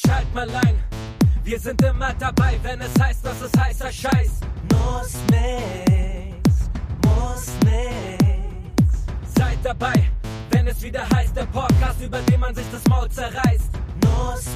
schalt mal ein. Wir sind immer dabei, wenn es heißt, dass es heißer Scheiß. Muss nix. Seid dabei, wenn es wieder heißt, der Podcast, über den man sich das Maul zerreißt. Muss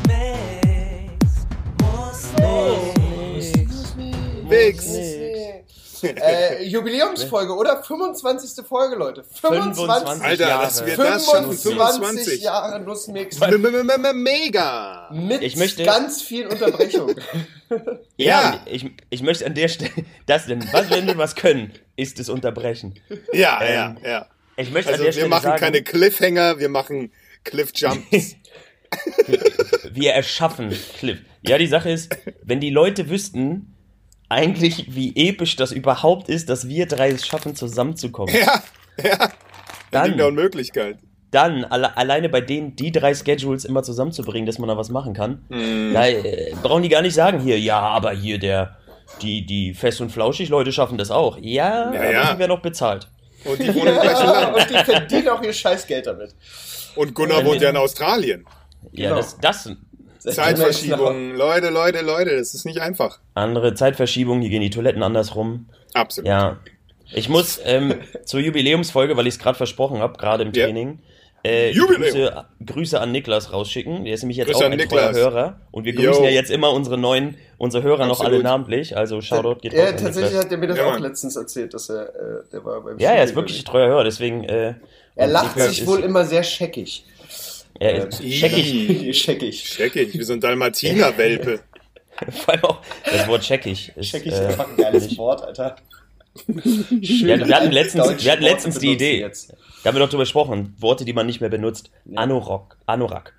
nix. Jubiläumsfolge, oder? 25. Folge, Leute. 25 Alter, Jahre. dass wir das schaffen. 25 Jahre Nussmix. Mega. Mit ganz viel Unterbrechung. Ja, ich möchte an der Stelle, wenn wir was können, ist es unterbrechen. Ja. Ich möchte also an der Stelle wir machen sagen, keine Cliffhanger, wir machen Cliffjumps. wir erschaffen Cliff. Ja, die Sache ist, wenn die Leute wüssten, eigentlich, wie episch das überhaupt ist, dass wir drei es schaffen, zusammenzukommen. Ja. Dann der Unmöglichkeit. Dann, alleine bei denen, die drei Schedules immer zusammenzubringen, dass man da was machen kann, da brauchen die gar nicht sagen, aber hier die Fest und Flauschig Leute schaffen das auch. Ja. Aber die werden auch bezahlt. Und die wohnen im gleichen Land. Und die verdienen auch ihr Scheißgeld damit. Und Gunnar wohnt ja in Australien. Ja, Genau. das Zeitverschiebung. Leute, das ist nicht einfach. andere Zeitverschiebung, hier gehen die Toiletten andersrum. Absolut. Ja. Ich muss zur Jubiläumsfolge, weil ich es gerade versprochen habe, gerade im Training, Grüße an Niklas rausschicken. Der ist nämlich jetzt auch ein treuer Hörer. Und wir grüßen ja jetzt immer unsere Hörer noch alle namentlich. Also Shoutout geht raus an tatsächlich Niklas. hat er mir das auch letztens erzählt, dass der war beim Ja, er ist wirklich ein treuer Hörer, deswegen... er lacht Niklas sich wohl immer sehr scheckig. Er ist Scheckig. Wie so ein Dalmatiner-Welpe. Vor allem auch das Wort scheckig. Scheckig ist einfach ein geiles Wort, Alter. Wir hatten letztens die Idee. Jetzt. Da haben wir doch drüber gesprochen. Worte, die man nicht mehr benutzt. Ja. Anorak.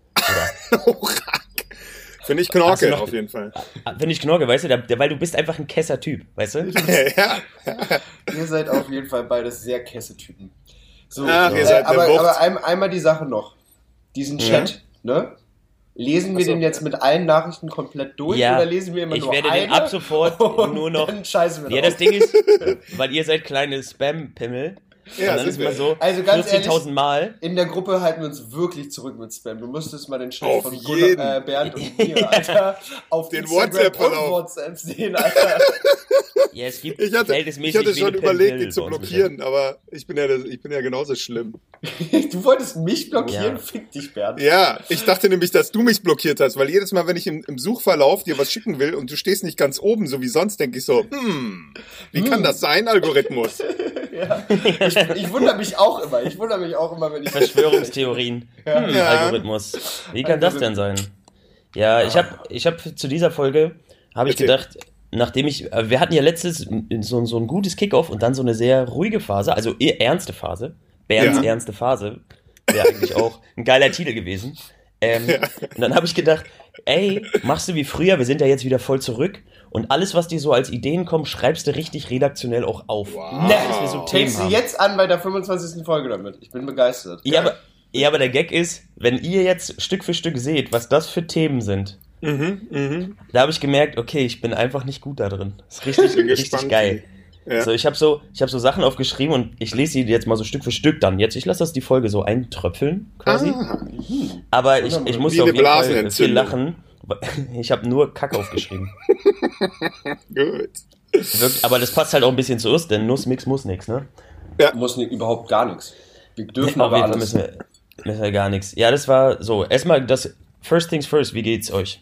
Finde ich Knorke auf jeden Fall. Finde ich Knorke, weißt du, weil du bist einfach ein Kesser-Typ, weißt du? Ja. Ihr seid auf jeden Fall beides sehr Kesse-Typen. So, ihr seid aber einmal die Sache noch. Diesen Chat, ne? Lesen wir den jetzt mit allen Nachrichten komplett durch oder lesen wir immer nur eine? Ich werde den ab sofort nur noch... Dann scheißen wir drauf. Das Ding ist, weil ihr seid kleine Spam-Pimmel. Ja, und dann ist mal so also ganz 14.000 Mal. In der Gruppe halten wir uns wirklich zurück mit Spam. Du müsstest mal den Chat Auf von jeden. Bernd und mir, Alter, auf den Instagram und WhatsApp-Verlauf. WhatsApp sehen, Alter. Ja, es gibt Ich hatte verhältnismäßig schon wenige überlegt, Pimmel die zu bei uns blockieren, aber ich bin ja genauso schlimm. Du wolltest mich blockieren? Ja. Fick dich, Bernd. Ja, ich dachte nämlich, dass du mich blockiert hast, weil jedes Mal, wenn ich im Suchverlauf dir was schicken will und du stehst nicht ganz oben, so wie sonst, denke ich so, wie kann das sein, Algorithmus? Ja. Ich wundere mich auch immer. Wenn ich... Verschwörungstheorien. Algorithmus. Wie kann das denn sein? Ja, ich hab zu dieser Folge, gedacht, nachdem wir hatten ja letztes so ein gutes Kickoff und dann so eine sehr ruhige Phase, also eher ernste Phase. Bernds ernste Phase. Wäre eigentlich auch ein geiler Titel gewesen. Und dann habe ich gedacht, machst du wie früher, wir sind ja jetzt wieder voll zurück und alles, was dir so als Ideen kommt, schreibst du richtig redaktionell auch auf. Wow. Dass wir so Themen Fängst du haben. jetzt an bei der 25. Folge damit? Ich bin begeistert. Ja, aber der Gag ist, wenn ihr jetzt Stück für Stück seht, was das für Themen sind, da habe ich gemerkt, okay, ich bin einfach nicht gut da drin. Das ist richtig geil. Ja. So, ich hab so Sachen aufgeschrieben und ich lese sie jetzt mal so Stück für Stück dann. Ich lasse das die Folge so eintröpfeln, quasi. Aber ich musste auf jeden Fall viel lachen. Ich habe nur Kacke aufgeschrieben. Gut. Aber das passt halt auch ein bisschen zu uns, denn Nussmix muss nix, ne? Ja. Muss überhaupt gar nichts. Wir dürfen Auf aber jeden Fall alles. müssen wir gar nichts. Ja, das war so. Erstmal das First Things First, wie geht's euch?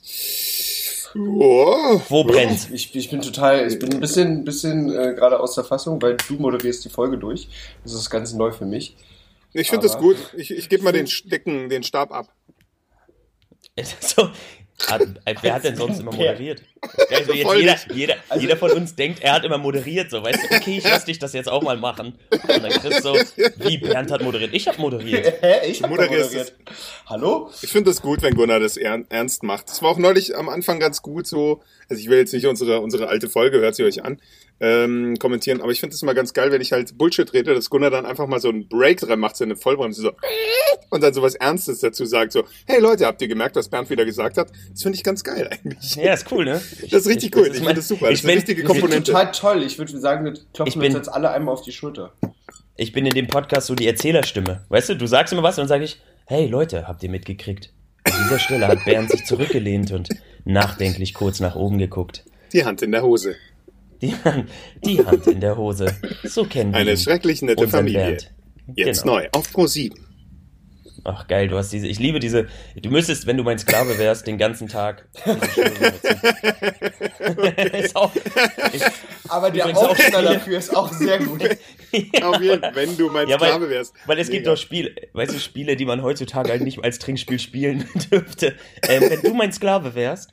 Oh. Wo brennt's? Ich bin ein bisschen gerade aus der Fassung, weil du moderierst die Folge durch. Das ist ganz neu für mich. Ich finde das gut. Ich gebe mal den Stab ab. So, wer hat denn sonst immer moderiert? Also jetzt jeder von uns denkt, er hat immer moderiert. So, weißt du, okay, ich lass dich das jetzt auch mal machen. Und dann kriegst du so, wie Bernd hat moderiert. Ich habe moderiert. Ich habe moderiert. Hallo? Ich finde das gut, wenn Gunnar das ernst macht. Das war auch neulich am Anfang ganz gut so. Also ich will jetzt nicht unsere alte Folge, hört sie euch an, kommentieren, aber ich finde es immer ganz geil, wenn ich halt Bullshit rede, dass Gunnar dann einfach mal so einen Break dran macht, so eine Vollbremse so und dann so was Ernstes dazu sagt, so, hey Leute, habt ihr gemerkt, was Bernd wieder gesagt hat? Das finde ich ganz geil eigentlich. Ja, ist cool, ne? Das ist richtig cool, ich finde das super, das ist eine richtige Komponente. Total toll, ich würde sagen, wir klopfen uns jetzt alle einmal auf die Schulter. Ich bin in dem Podcast so die Erzählerstimme, weißt du, du sagst immer was und dann sage ich, hey Leute, habt ihr mitgekriegt? dieser Stelle hat Bernd sich zurückgelehnt und nachdenklich kurz nach oben geguckt. Die Hand in der Hose. Die Hand in der Hose. So kennen wir Eine ihn. schrecklich nette Unseren Familie. Bernd. Jetzt Genau. neu auf Pro7. Ach geil, du hast diese, ich liebe diese, du müsstest, wenn du mein Sklave wärst, den ganzen Tag diese Stimme benutzen. Ist auch, Aber der Übrigens auch Aufschnall Spiele. dafür ist auch sehr gut. Auf jeden Fall, wenn du mein Ja, Sklave wärst. weil es gibt Mega. doch Spiele, weißt du, Spiele, die man heutzutage halt nicht als Trinkspiel spielen dürfte. Wenn du mein Sklave wärst.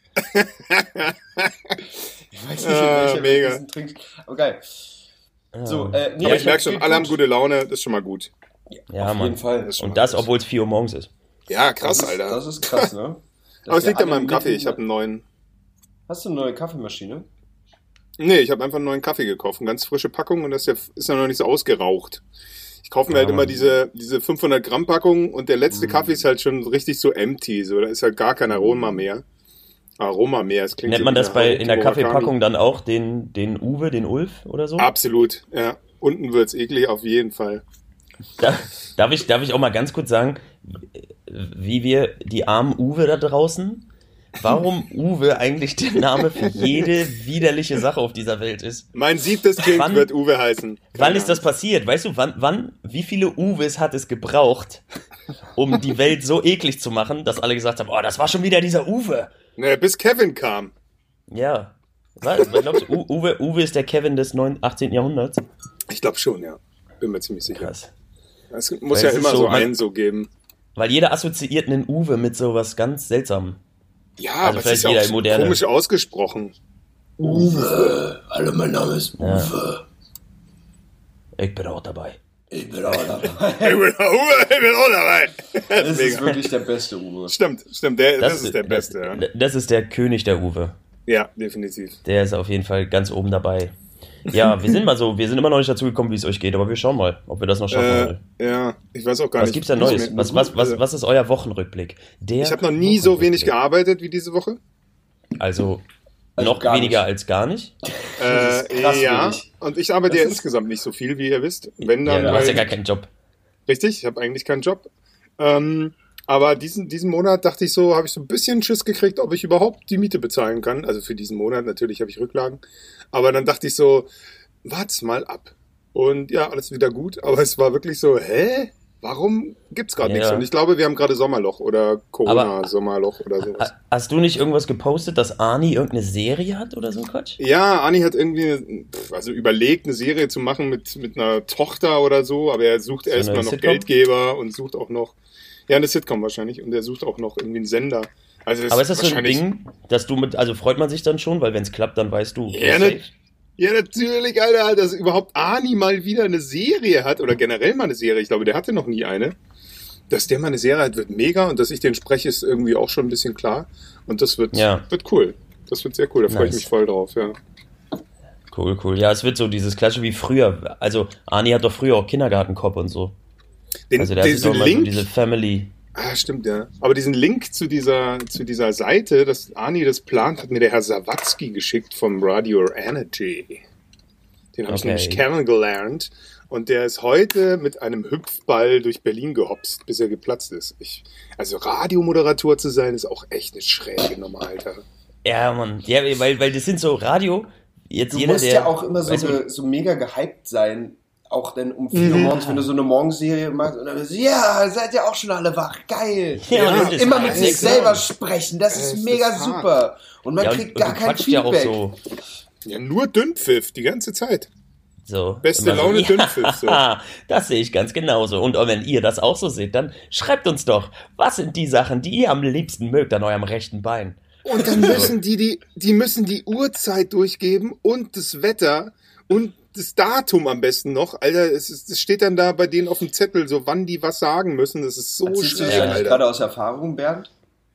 Ich weiß nicht, in welcher mega. Welt diesen Trink. Aber geil. So, Aber Ja, ich merke schon, alle haben gute Laune, das ist schon mal gut. Ja, Auf Mann. jeden Fall. Das ist schon Und mal das, gut. obwohl es 4 Uhr morgens ist. Ja, krass, Das ist, Alter. das ist krass, ne? Aber es liegt an alle meinem Kaffee, mitten- ich habe einen neuen... Hast du eine neue Kaffeemaschine? Nee, ich habe einfach einen neuen Kaffee gekauft, eine ganz frische Packung und das ist ja noch nicht so ausgeraucht. Ich kaufe mir halt immer diese 500 Gramm Packung und der letzte Kaffee ist halt schon richtig so empty, so da ist halt gar kein Aroma mehr. Das klingt Nennt so man wie das eine in der Murakami. Kaffeepackung dann auch den Uwe, den Ulf oder so? Absolut, ja. Unten wird's eklig, auf jeden Fall. Darf ich auch mal ganz kurz sagen, wie wir die armen Uwe da draußen, warum Uwe eigentlich der Name für jede widerliche Sache auf dieser Welt ist? Mein 7. Kind Wann- wird Uwe heißen. Wann ist das passiert? Weißt du, wie viele Uwes hat es gebraucht, um die Welt so eklig zu machen, dass alle gesagt haben, oh, das war schon wieder dieser Uwe. Ne, bis Kevin kam. Ja. Was glaubst du, Uwe ist der Kevin des 18. Jahrhunderts? Ich glaube schon, ja. Bin mir ziemlich sicher. Krass. Es muss Weil ja es ist immer so, so man- einen so geben. Weil jeder assoziiert einen Uwe mit sowas ganz Seltsamem. Ja, Also aber es vielleicht ist ja jeder auch so moderne. komisch ausgesprochen. Uwe. Hallo, mein Name ist Uwe. Ich bin auch dabei. Ich bin auch dabei. Ich bin auch dabei. Das ist Mega. wirklich der beste Uwe. Stimmt, das ist der Beste, ja. Das ist der König der Uwe. Ja, definitiv. Der ist auf jeden Fall ganz oben dabei. Ja, wir sind immer noch nicht dazu gekommen, wie es euch geht, aber wir schauen mal, ob wir das noch schaffen. Ja, ich weiß auch gar Was nicht. gibt's denn Neues? Was ist euer Wochenrückblick? Ich habe noch nie so wenig gearbeitet wie diese Woche. Also Also noch gar weniger nicht. als gar nicht. Das ist krass ja, wenig. und ich arbeite Das ja ist- insgesamt nicht so viel, wie ihr wisst. Wenn Ja, dann, du hast ja weil- gar keinen Job. Richtig, ich habe eigentlich keinen Job. Aber diesen Monat dachte ich so, habe ich so ein bisschen Schiss gekriegt, ob ich überhaupt die Miete bezahlen kann. Also für diesen Monat, natürlich habe ich Rücklagen. Aber dann dachte ich so, wart's mal ab. Und ja, alles wieder gut. Aber es war wirklich so, hä? Warum gibt's gerade Ja. nichts? Und ich glaube, wir haben gerade Sommerloch oder Corona Aber- Sommerloch oder sowas. Hast du nicht irgendwas gepostet, dass Arnie irgendeine Serie hat oder so ein Quatsch? Ja, Arni hat irgendwie also überlegt, eine Serie zu machen mit einer Tochter oder so, aber er sucht So erstmal eine noch Sitcom? Geldgeber und sucht auch noch, ja, eine Sitcom wahrscheinlich, und er sucht auch noch irgendwie einen Sender. Also Aber ist das so ein wahrscheinlich- Ding, dass also freut man sich dann schon, weil wenn es klappt, dann weißt du, Ja, safe. Ja, natürlich, Alter, dass überhaupt Arni mal wieder eine Serie hat oder generell mal eine Serie. Ich glaube, der hatte noch nie eine. Dass der mal eine Serie hat, wird mega, und dass ich den spreche, ist irgendwie auch schon ein bisschen klar. Und das wird cool. Das wird sehr cool, da freue ich Nice. mich voll drauf, ja. Cool. Ja, es wird so dieses Klassische wie früher. Also Arnie hat doch früher auch Kindergartenkopf und so. Also der hat Diesen doch mal so Link, diese Family. stimmt, ja. Aber diesen Link zu dieser Seite, dass Arni das plant, hat mir der Herr Sawatzki geschickt vom Radio Energy. Den habe ich Okay. nämlich kennengelernt. Und der ist heute mit einem Hüpfball durch Berlin gehopst, bis er geplatzt ist. Also Radiomoderator zu sein, ist auch echt eine schräge Nummer, Alter. Ja, Mann. Ja, weil das sind so Radio. Jetzt Du jeder, musst der, ja auch immer weißt du, so mega gehypt sein. Auch dann um 4 Uhr morgens, wenn du so eine Morgenserie machst. Und dann bist du, ja, seid ihr auch schon alle wach. Geil. Ja, Und das ist immer mit hart. sich selber sprechen. Das Es ist ist mega hart. super. Und man ja, kriegt und gar du kein quatscht ja auch Feedback. so. Ja, nur Dünnpfiff, die ganze Zeit. Beste Immer Laune, Dünnpfiff, so. Das sehe ich ganz genauso. Und wenn ihr das auch so seht, dann schreibt uns doch, was sind die Sachen, die ihr am liebsten mögt an eurem rechten Bein? Und dann müssen die müssen die Uhrzeit durchgeben und das Wetter und das Datum am besten noch. Alter, es steht dann da bei denen auf dem Zettel, so wann die was sagen müssen. Das ist so Erzählst du das schräg, eigentlich Alter. gerade aus Erfahrung, Bernd?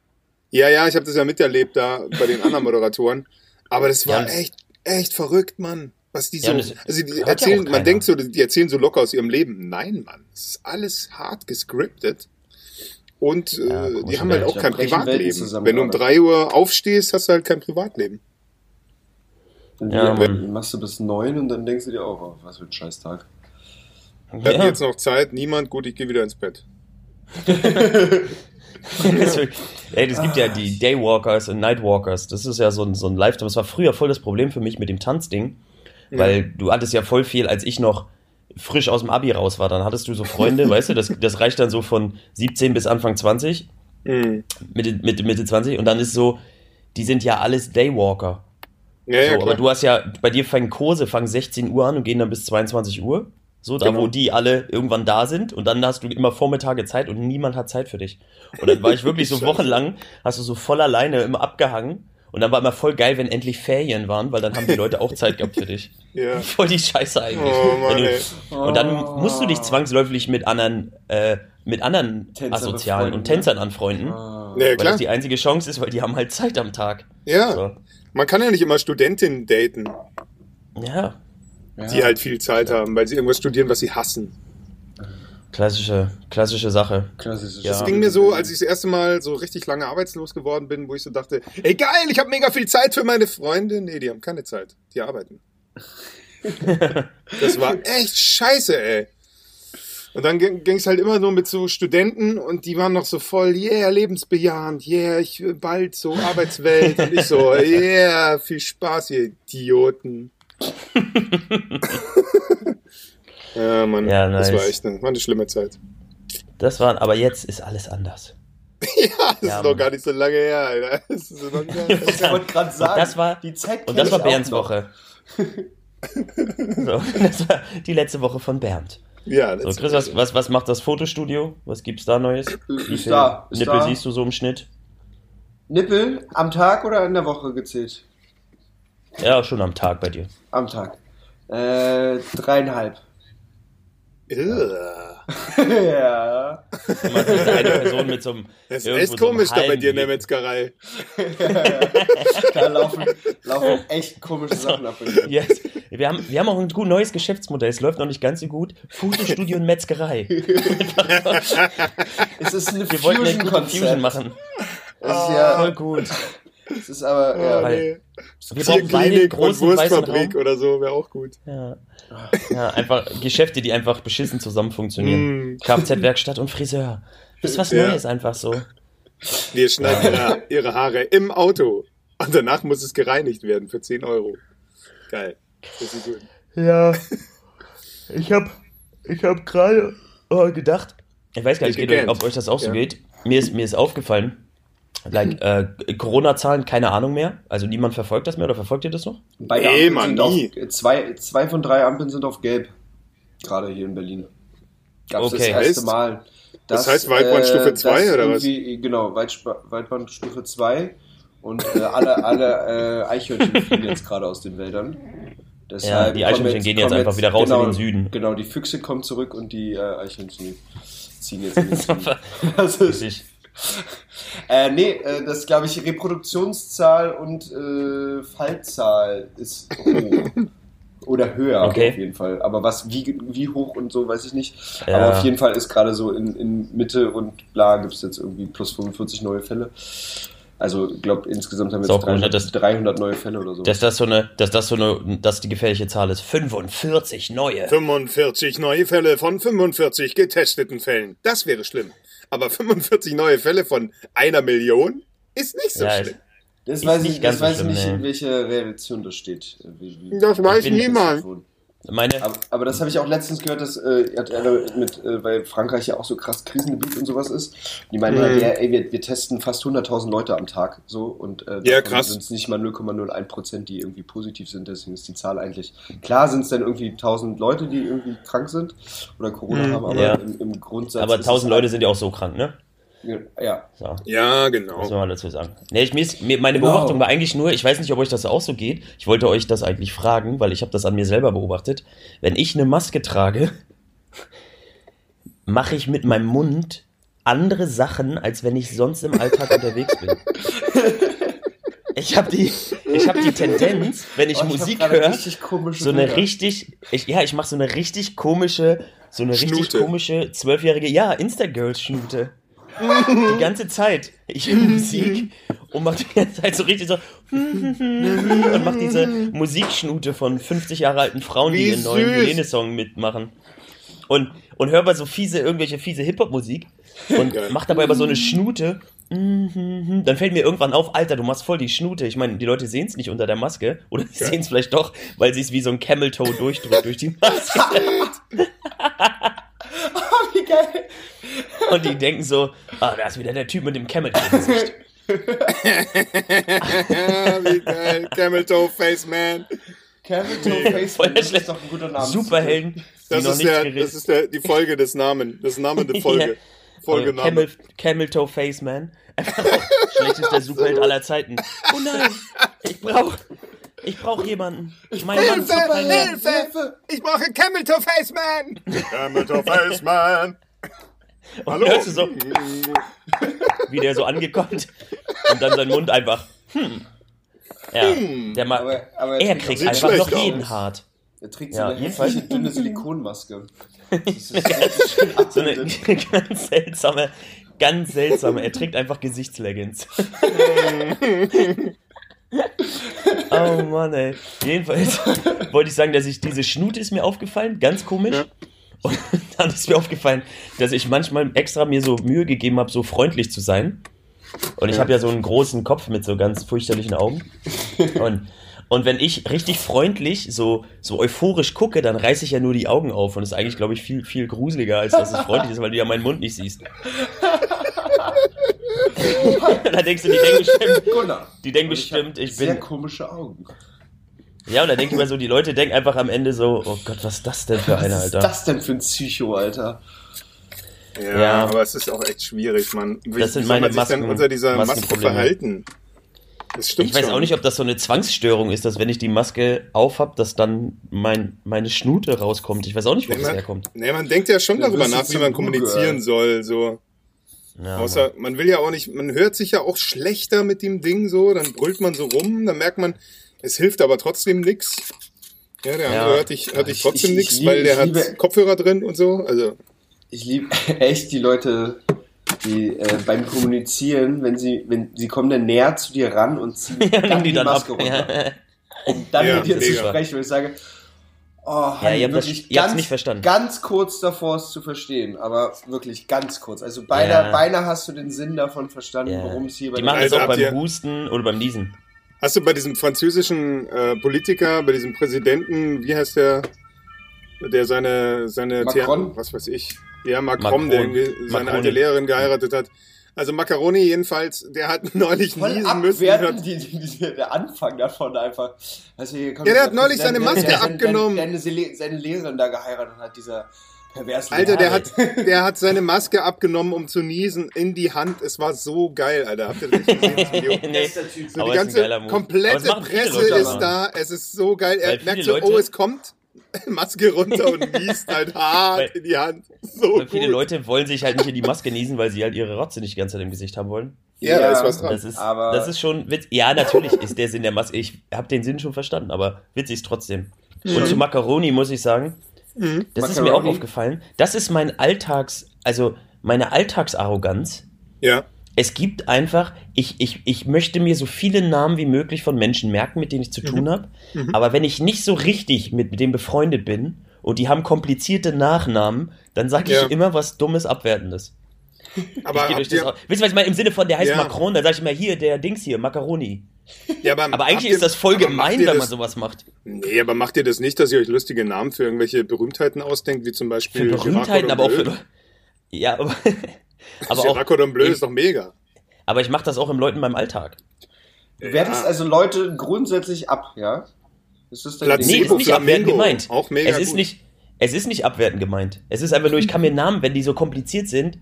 Ja, ich habe das ja miterlebt da bei den anderen Moderatoren. Aber das war Ja, echt verrückt, Mann. Was die so, Ja, und das also die hört ja erzählen, auch man keiner. denkt so, die erzählen so locker aus ihrem Leben. Nein, Mann. Es ist alles hart gescriptet. Und komische die haben halt Welt. auch kein Da brechen Welten Privatleben. zusammen Wenn du um gerade. 3 Uhr aufstehst, hast du halt kein Privatleben. Und Ja, dann machst du bis 9 und dann denkst du dir auch, oh, was für ein Scheißtag. Wir hatten jetzt noch Zeit, niemand, gut, ich gehe wieder ins Bett. Ey, das gibt ja die Daywalkers und Nightwalkers. Das ist ja so ein Lifetime. Das war früher voll das Problem für mich mit dem Tanzding. Weil du hattest ja voll viel, als ich noch frisch aus dem Abi raus war. Dann hattest du so Freunde, weißt du, das reicht dann so von 17 bis Anfang 20. Mitte 20. Und dann ist so, die sind ja alles Daywalker. Ja, so, aber du hast ja, bei dir fangen 16 Uhr an und gehen dann bis 22 Uhr. So, da wo die alle irgendwann da sind und dann hast du immer Vormittage Zeit und niemand hat Zeit für dich. Und dann war ich wirklich so wochenlang, hast du so voll alleine immer abgehangen und dann war immer voll geil, wenn endlich Ferien waren, weil dann haben die Leute auch Zeit gehabt für dich. Ja. Voll die Scheiße eigentlich. Oh Mann, und dann musst du dich zwangsläufig mit anderen Asozialen und Tänzern anfreunden. Ja, weil klar. das die einzige Chance ist, weil die haben halt Zeit am Tag. Ja, so. Man kann ja nicht immer Studentinnen daten, Ja. die halt viel Zeit haben, weil sie irgendwas studieren, was sie hassen. Klassische Sache. Das ging mir so, als ich das erste Mal so richtig lange arbeitslos geworden bin, wo ich so dachte, ey geil, ich habe mega viel Zeit für meine Freunde. Nee, die haben keine Zeit, die arbeiten. Das war echt scheiße, ey. Und dann ging es halt immer nur mit so Studenten und die waren noch so voll, yeah, lebensbejahend, yeah, ich will bald so Arbeitswelt. Und ich so, yeah, viel Spaß, ihr Idioten. Ja, Mann, ja, nice. Das war echt eine schlimme Zeit. Aber jetzt ist alles anders. Ja, das ist noch gar nicht so lange her, Alter. Das ist noch ich wollte gerade sagen, das war Bernds Woche. So, das war die letzte Woche von Bernd. Ja, so, Chris, was macht das Fotostudio? Was gibt's da Neues? Wie viel Nippel siehst du so im Schnitt? Nippel am Tag oder in der Woche gezählt? Ja, schon am Tag bei dir. Am Tag. 3,5. Ja. Immer diese eine Person mit so einem. Das ist echt komisch da bei dir in der Metzgerei. Da laufen echt komische Sachen ab. Yes. Wir haben auch ein gut neues Geschäftsmodell. Es läuft noch nicht ganz so gut. Fotostudio und Metzgerei. Es ist eine Wir wollten eine gute Fusion machen. Das ist ja voll gut. Es ist aber, ja. Nee. Wir brauchen beide großen und weißen Wurstfabrik Raum. oder so, wäre auch gut. Ja, einfach Geschäfte, die einfach beschissen zusammen funktionieren. Kfz-Werkstatt und Friseur. Das ist was Neues einfach so. Die schneiden ihre Haare im Auto. Und danach muss es gereinigt werden für 10 €. Geil. Das ist gut. Ja. Ich hab gerade gedacht, ich weiß gar nicht, ob euch das auch so geht. Mir ist aufgefallen, Corona-Zahlen, keine Ahnung mehr. Also niemand verfolgt das mehr, oder verfolgt ihr das noch? Beide Ampeln sind auf, zwei von 3 Ampeln sind auf Gelb. Gerade hier in Berlin. Gab es das erste Mal. Das heißt Waldbrandstufe 2 oder was? Genau, Waldbrandstufe 2. Und alle Eichhörnchen fliegen jetzt gerade aus den Wäldern. Deshalb die Eichhörnchen gehen jetzt einfach wieder raus in den Süden. Genau, die Füchse kommen zurück und die Eichhörnchen ziehen jetzt in den Süden. Das ist das ist, glaube ich, Reproduktionszahl und Fallzahl ist hoch. Oder höher auf jeden Fall. Aber wie hoch und so, weiß ich nicht. Ja. Aber auf jeden Fall ist gerade so in Mitte und bla gibt es jetzt irgendwie plus 45 neue Fälle. Also, ich glaube, insgesamt haben wir jetzt 300 neue Fälle oder so. Dass die gefährliche Zahl ist. 45 neue. 45 neue Fälle von 45 getesteten Fällen. Das wäre schlimm. Aber 45 neue Fälle von 1 Million ist nicht so schlimm. Das weiß ich nicht, in welcher Relation das steht. Das weiß niemand. Aber das habe ich auch letztens gehört, dass weil Frankreich ja auch so krass Krisengebiet und sowas ist. Die meinen wir testen fast 100.000 Leute am Tag. So, und krass. sind es nicht mal 0,01%, die irgendwie positiv sind. Deswegen ist die Zahl eigentlich... Klar sind es dann irgendwie 1.000 Leute, die irgendwie krank sind oder Corona haben, aber im Grundsatz... Aber 1.000 Leute sind ja auch so krank, ne? Ja. So. Ja, genau. Muss man mal dazu sagen. Nee, meine Beobachtung war eigentlich nur, ich weiß nicht, ob euch das auch so geht. Ich wollte euch das eigentlich fragen, weil ich habe das an mir selber beobachtet. Wenn ich eine Maske trage, mache ich mit meinem Mund andere Sachen, als wenn ich sonst im Alltag unterwegs bin. Ich habe die Tendenz, wenn ich Musik höre, ich mache so eine richtig komische 12-jährige, Insta-Girls-Schnute. Die ganze Zeit. Ich höre Musik und mache die ganze Zeit so richtig so und mache diese Musikschnute von 50 Jahre alten Frauen, die einen neuen Helene-Song mitmachen. Und höre bei so irgendwelche fiese Hip-Hop-Musik und macht dabei aber so eine Schnute. Dann fällt mir irgendwann auf, Alter, du machst voll die Schnute. Ich meine, die Leute sehen es nicht unter der Maske. Oder sie sehen es vielleicht doch, weil sie es wie so ein Camel Toe durchdrückt durch die Maske. Oh, wie geil. Und die denken so, da ist wieder der Typ mit dem Camel Toe Gesicht. Wie geil. Camel Toe Face Man. Camel Toe Face Man, das ist doch ein guter Name. Superhelden. Das ist die Folge des Namens. Das Name der Folge. Folgename. Camel Toe Face Man. Einfach schlechtester Superheld aller Zeiten. Oh nein, ich brauch jemanden. Hilfe! Ich brauche Camel Toe Face Man! Camel Toe Face Man! Hallo? Und hörst du so, wie der so angekommt und dann sein Mund einfach, Ja, er kriegt einfach noch jeden hart. Er trägt so eine hässliche, dünne Silikonmaske. Das ist so eine ganz seltsame. Er trägt einfach Gesichtsleggings. Oh Mann, ey. Jedenfalls wollte ich sagen, dass diese Schnute ist mir aufgefallen, ganz komisch. Ja. Und dann ist mir aufgefallen, dass ich manchmal extra mir so Mühe gegeben habe, so freundlich zu sein. Und ich habe ja so einen großen Kopf mit so ganz fürchterlichen Augen. Und wenn ich richtig freundlich, so euphorisch gucke, dann reiße ich ja nur die Augen auf. Und das ist eigentlich, glaube ich, viel, viel gruseliger, als dass es freundlich ist, weil du ja meinen Mund nicht siehst. Da denkst du, die denken bestimmt, ich bin... Sehr komische Augen. Ja, und da denke ich mir so, die Leute denken einfach am Ende so, oh Gott, was ist das denn für einer, Alter? Was ist das denn für ein Psycho, Alter? Ja, aber es ist auch echt schwierig, Mann. Das sind meine Masken, denn unter dieser Maske verhalten? Das stimmt ich weiß auch nicht, ob das so eine Zwangsstörung ist, dass wenn ich die Maske aufhab, dass dann meine Schnute rauskommt. Ich weiß auch nicht, wo das herkommt. Nee, man denkt ja schon darüber nach, wie man kommunizieren soll, so. Ja, außer, man will ja auch nicht, man hört sich ja auch schlechter mit dem Ding so, dann brüllt man so rum, dann merkt man, es hilft aber trotzdem nix. Ja, der andere hört dich trotzdem nix, weil der hat Kopfhörer drin und so, also. Ich liebe echt die Leute, die beim Kommunizieren, wenn sie kommen dann näher zu dir ran und ziehen dann die Maske runter. Um dann mit dir zu sprechen, wo ich sage, ihr habt nicht verstanden. Ganz kurz davor es zu verstehen, aber wirklich ganz kurz. Also beinahe hast du den Sinn davon verstanden, worum es hier bei die machen das auch beim Husten oder beim Niesen. Hast du bei diesem französischen Politiker, bei diesem Präsidenten, wie heißt der seine Macron? Was weiß ich. Ja, Macron, der seine alte Lehrerin geheiratet hat. Also Macaroni jedenfalls, der hat neulich niesen müssen. Der Anfang davon einfach. Also der hat neulich seine Maske abgenommen. Der seine Lehrerin da geheiratet hat, dieser perverse Alter, der hat seine Maske abgenommen, um zu niesen, in die Hand. Es war so geil, Alter. Habt ihr das nicht gesehen, das Video? Nee, so die ganze komplette Presse ist da. Es ist so geil. Er merkt so, es kommt. Maske runter und niest halt hart in die Hand. So weil viele Leute wollen sich halt nicht in die Maske niesen, weil sie halt ihre Rotze nicht die ganze Zeit im Gesicht haben wollen. Ja, da ist was dran. Das ist schon witzig. Ja, natürlich ist der Sinn der Maske. Ich habe den Sinn schon verstanden, aber witzig ist trotzdem. Und zu Macaroni muss ich sagen, das ist mir auch aufgefallen. Das ist meine Alltagsarroganz. Ja. Es gibt einfach, ich möchte mir so viele Namen wie möglich von Menschen merken, mit denen ich zu tun habe. Aber wenn ich nicht so richtig mit dem befreundet bin und die haben komplizierte Nachnamen, dann sage ich immer was Dummes, Abwertendes. Aber wisst ihr, was ich meine? Im Sinne von, der heißt Macron, dann sage ich immer, hier, der Dings hier, Macaroni. Ja, aber eigentlich ist das voll gemein, wenn man sowas macht. Nee, aber macht ihr das nicht, dass ihr euch lustige Namen für irgendwelche Berühmtheiten ausdenkt, wie zum Beispiel für Berühmtheiten, aber auch für... Ja, aber... Gérard Cordon Bleu ist doch mega. Aber ich mache das auch im Leuten beim Alltag. Du wertest also Leute grundsätzlich ab, ja? Ist das nee, ist nicht abwertend gemeint. Auch mega es ist nicht abwertend gemeint. Es ist einfach nur, ich kann mir Namen, wenn die so kompliziert sind,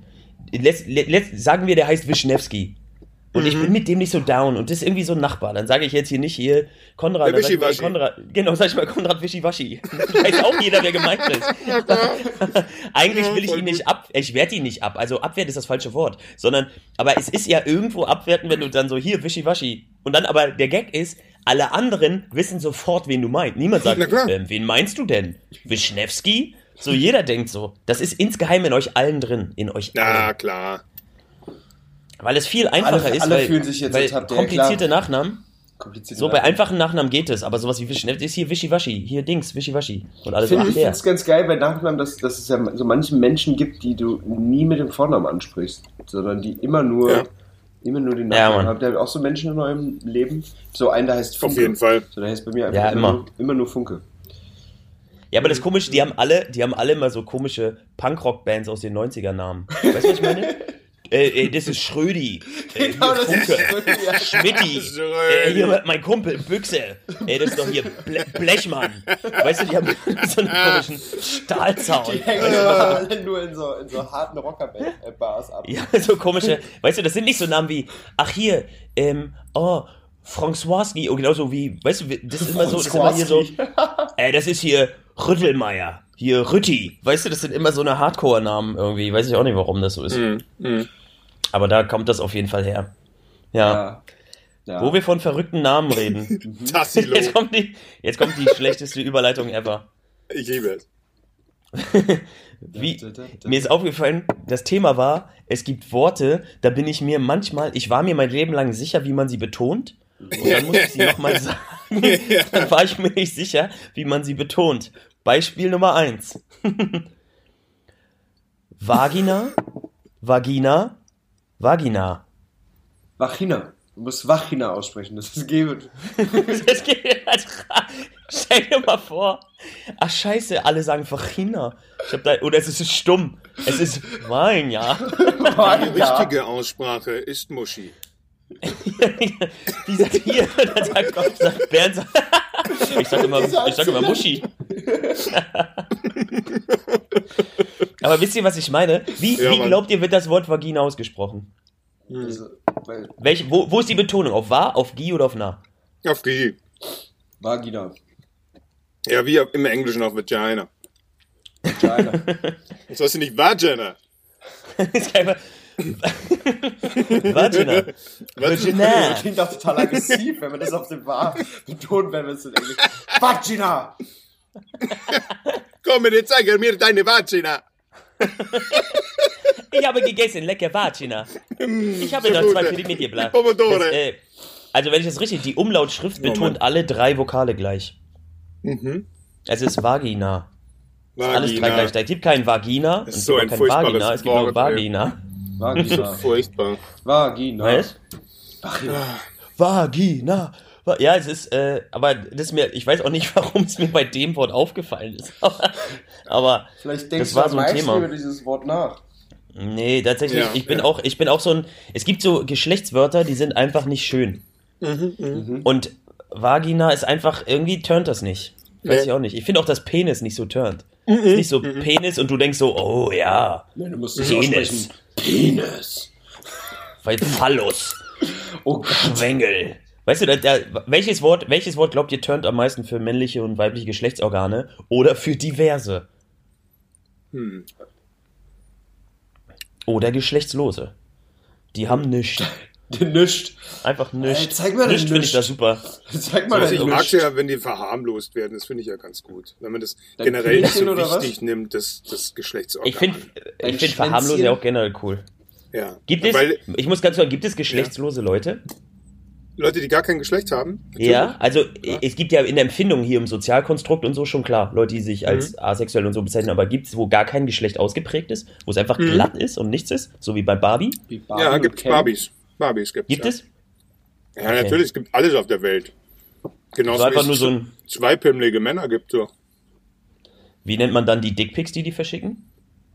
sagen wir, der heißt Wischnewski. Und ich bin mit dem nicht so down und das ist irgendwie so ein Nachbar. Dann sage ich jetzt hier nicht Konrad. Sag ich mal Konrad Wischiwaschi. Weiß auch jeder, wer gemeint ist. Eigentlich will ich ihn nicht ich werte ihn nicht ab. Also abwerten ist das falsche Wort. Aber es ist ja irgendwo abwerten, wenn du dann so, hier, Wischiwaschi. Und dann aber der Gag ist, alle anderen wissen sofort, wen du meinst. Niemand sagt, wen meinst du denn? Wischnewski? So, jeder denkt so. Das ist insgeheim in euch allen drin. Na, klar. Weil es viel einfacher ist, weil komplizierte Nachnamen. So, bei einfachen Nachnamen geht es, aber sowas wie ist hier Wischiwaschi, hier Dings, Wischiwaschi und alles. Ich finde es ganz geil bei Nachnamen, dass es ja so manche Menschen gibt, die du nie mit dem Vornamen ansprichst, sondern die immer nur den Nachnamen haben. Habt ihr auch so Menschen in eurem Leben? So einen, der heißt Funke. Auf jeden Fall. So, der heißt bei mir einfach immer nur Funke. Ja, aber das ist komisch, die haben alle immer so komische Punkrock-Bands aus den 90er-Namen. Weißt du, was ich meine? Das ist Schrödi. Genau, das ist Schrödi. Ja. Schmidti. Hier mein Kumpel, Büchse. Das ist doch hier Blechmann. Weißt du, die haben so einen komischen Stahlzaun. Die hängen alle nur in so harten Rocker-Bars ab. Ja, so komische. Weißt du, das sind nicht so Namen wie, ach hier, Françoiski, genauso wie, weißt du, das ist immer so, das ist immer hier so, das ist hier Rüttelmeier, hier Rütti, weißt du, das sind immer so eine Hardcore-Namen irgendwie, weiß ich auch nicht, warum das so ist. Aber da kommt das auf jeden Fall her. Ja. Wo wir von verrückten Namen reden. Jetzt kommt die schlechteste Überleitung ever. Ich liebe es. Mir ist aufgefallen, das Thema war, es gibt Worte, da bin ich mir ich war mir mein Leben lang sicher, wie man sie betont. Und dann muss ich sie nochmal sagen. Dann war ich mir nicht sicher, wie man sie betont. Beispiel Nummer 1. Vagina, Vagina, Vagina. Vagina. Du musst Vagina aussprechen, das ist geben. Stell dir mal vor. Ach scheiße, alle sagen Vagina. Oder es ist stumm. Es ist Vagina. Die richtige Aussprache ist Muschi. Die sagt hier, dann sagt Bernd, ich sag immer Muschi. Aber wisst ihr, was ich meine? Wie glaubt ihr, wird das Wort Vagina ausgesprochen? Also, wo ist die Betonung? Auf wa, auf gi oder auf na? Auf gi. Vagina. Ja, wie im Englischen auf Vagina. Das heißt nicht Vagina. Vagina. Das klingt auch total aggressiv, wenn man das auf dem Wa betont, wenn man es in Englisch. Vagina! Komm, jetzt zeige mir deine Vagina. Ich habe gegessen, lecker Vagina. Ich habe da 2 Filet mitgebracht. Pomodore. Also wenn ich das richtig, die Umlautschrift betont alle 3 Vokale gleich. Es ist Vagina. Alles 3 gleich. Es gibt kein Vagina, es gibt kein Vagina, es gibt nur Vagina. Vagina. So furchtbar. Vagina. Was? Vagina. Ja, es ist, aber ich weiß auch nicht, warum es mir bei dem Wort aufgefallen ist. Aber vielleicht denkst das war so ein Thema. Über dieses Wort nach. Nee, tatsächlich, ja, ich bin auch so ein, es gibt so Geschlechtswörter, die sind einfach nicht schön. Und Vagina ist einfach, irgendwie turnt das nicht. Weiß ich auch nicht. Ich finde auch, dass Penis nicht so turnt. Ist nicht so Penis und du denkst so, oh ja. Nee, du musst Penis. Penis. Weil Phallus. Oh Gott. Schwengel. Weißt du, welches Wort glaubt ihr turnt am meisten für männliche und weibliche Geschlechtsorgane oder für diverse? Oder Geschlechtslose. Die haben nichts. Nischt. Einfach nichts. Zeig mal nischt. Finde ich das super. Zeig mal ich mag ja, wenn die verharmlost werden. Das finde ich ja ganz gut. Wenn man das generell nicht so wichtig nimmt, das Geschlechtsorgan. Ich finde verharmlosen ja auch generell cool. Ja. Ich muss ganz sagen, gibt es geschlechtslose Leute? Leute, die gar kein Geschlecht haben? Ja, also es gibt ja in der Empfindung hier im Sozialkonstrukt und so schon klar, Leute, die sich als asexuell und so bezeichnen, aber gibt es, wo gar kein Geschlecht ausgeprägt ist, wo es einfach glatt ist und nichts ist, so wie bei Barbie? Ja, gibt es Barbies. Barbies gibt's. Gibt es? Ja, okay. Natürlich, es gibt alles auf der Welt. Genauso wie es so zweipimmelige Männer gibt, so. Wie nennt man dann die Dickpics, die verschicken?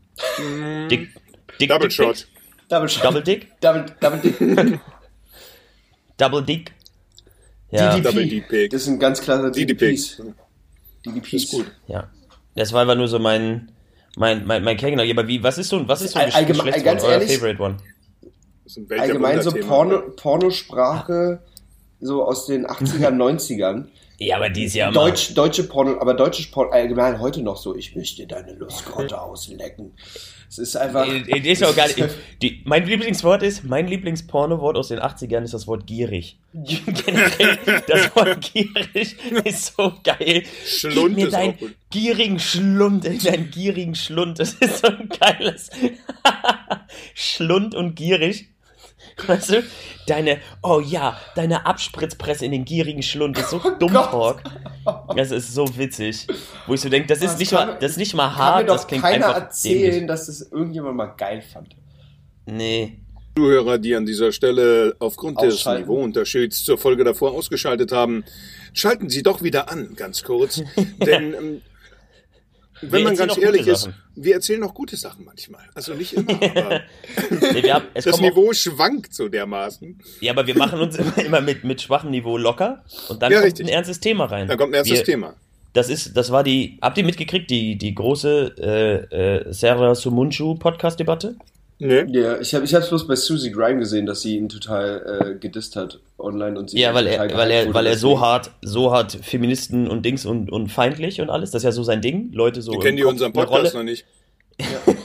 Double Shot. Double Dick? Double Dick. Double Dick. Ja. DDP. Das sind ganz klare DDPs. DDPs. Ist gut. Ja. Das war einfach nur so mein Kennengelernt. Aber was ist so ein Geschlechtswort, ganz ehrlich, Favorite One? Allgemein so Pornosprache so aus den 80ern, 90ern. Ja, aber die ist ja deutsche Porno, aber deutsches Porno allgemein heute noch so, ich möchte deine Lustgrotte auslecken. Es ist einfach... ist auch gar nicht, mein Lieblingspornowort aus den 80ern ist das Wort gierig. Das Wort gierig ist so geil. Schlund. Gib mir deinen gierigen Schlund, deinen gierigen Schlund. Das ist so ein geiles Schlund und gierig. Weißt du, deine Abspritzpresse in den gierigen Schlund ist so dumm, Talk. Das ist so witzig. Wo ich so denke, das ist nicht mal hart, das klingt einfach keiner erzählen, dämlich. dass das irgendjemand mal geil fand. Nee. Zuhörer, die an dieser Stelle aufgrund des Ausschalten. Niveauunterschieds zur Folge davor ausgeschaltet haben, schalten Sie doch wieder an, ganz kurz. Denn wenn man ganz ehrlich ist, wir erzählen noch gute Sachen manchmal. Also nicht immer, aber das Niveau schwankt so dermaßen. Ja, aber wir machen uns immer mit schwachem Niveau locker und dann kommt ein ernstes Thema rein. Dann kommt ein ernstes Thema. Habt ihr mitgekriegt, die große Sarah Sumunchu Podcast-Debatte? Nee. Ja, ich hab's bloß bei Susie Grime gesehen, dass sie ihn total gedisst hat online und sie. Ja, weil er so hart Feministen und Dings und feindlich und alles, das ist ja so sein Ding, Leute so. Kennen die unseren Podcast noch nicht? Ja.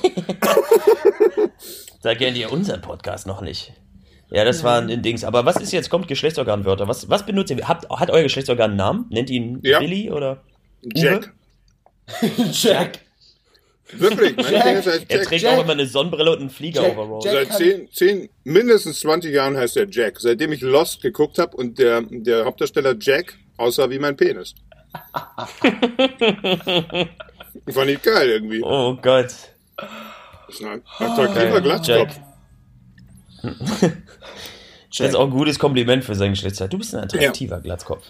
Da kennen die unseren Podcast noch nicht. Ja, das war ein Dings. Aber was ist jetzt, kommt Geschlechtsorganwörter? Was benutzt ihr? Hat euer Geschlechtsorgan einen Namen? Nennt ihr ihn Billy oder Jack. Jack. Wirklich, er trägt auch immer eine Sonnenbrille und einen Flieger-Overall. Seit mindestens 20 Jahren heißt er Jack. Seitdem ich Lost geguckt habe und der Hauptdarsteller Jack aussah wie mein Penis. Fand ich geil irgendwie. Oh Gott. Das ist ein attraktiver Glatzkopf. Das ist auch ein gutes Kompliment für sein Geschlechtsteil. Du bist ein attraktiver Glatzkopf.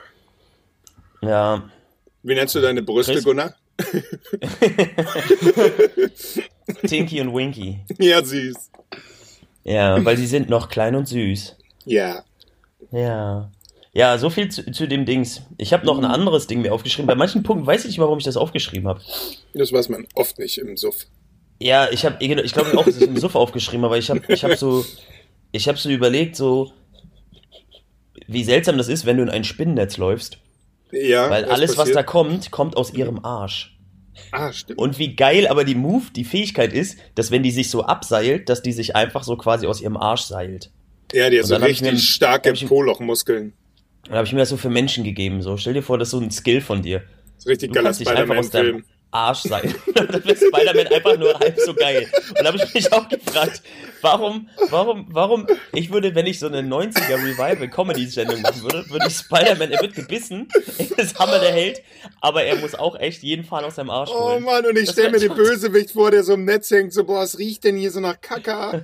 Ja. Wie nennst du deine Brüste, Chris? Gunnar? Tinky und Winky. Ja, süß. Ja, weil sie sind noch klein und süß. Ja. Ja. Ja, so viel zu dem Dings. Ich habe noch ein anderes Ding mir aufgeschrieben. Bei manchen Punkten weiß ich nicht, warum ich das aufgeschrieben habe. Das weiß man oft nicht im Suff. Ja, ich glaube auch, dass ich im Suff aufgeschrieben habe, aber ich hab so überlegt, so wie seltsam das ist, wenn du in ein Spinnennetz läufst. Ja. Weil alles, was da kommt aus ihrem Arsch. Ah, stimmt. Und wie geil aber die Fähigkeit ist, dass wenn die sich so abseilt, dass die sich einfach so quasi aus ihrem Arsch seilt. Ja, die hat so richtig starke Po-Loch-Muskeln. Dann habe ich mir das so für Menschen gegeben. So, stell dir vor, das ist so ein Skill von dir. Das ist richtig geiler Spider-Man-Film. Arsch sein. Dann wird Spider-Man einfach nur halb so geil. Und da habe ich mich auch gefragt, warum, ich würde, wenn ich so eine 90er-Revival-Comedy-Sendung machen würde ich Spider-Man, er wird gebissen, er ist Hammer der Held, aber er muss auch echt jeden Fall aus seinem Arsch holen. Oh Mann, und ich stelle mir den Bösewicht vor, der so im Netz hängt, so, boah, was riecht denn hier so nach Kaka?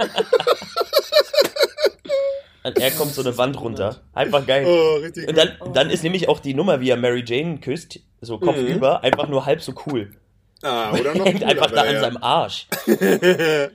Und er kommt so eine Wand runter. Einfach geil. Oh, richtig und dann ist nämlich auch die Nummer, wie er Mary Jane küsst, so kopfüber, einfach nur halb so cool. Ah, oder noch hängt einfach da an seinem Arsch. Ja.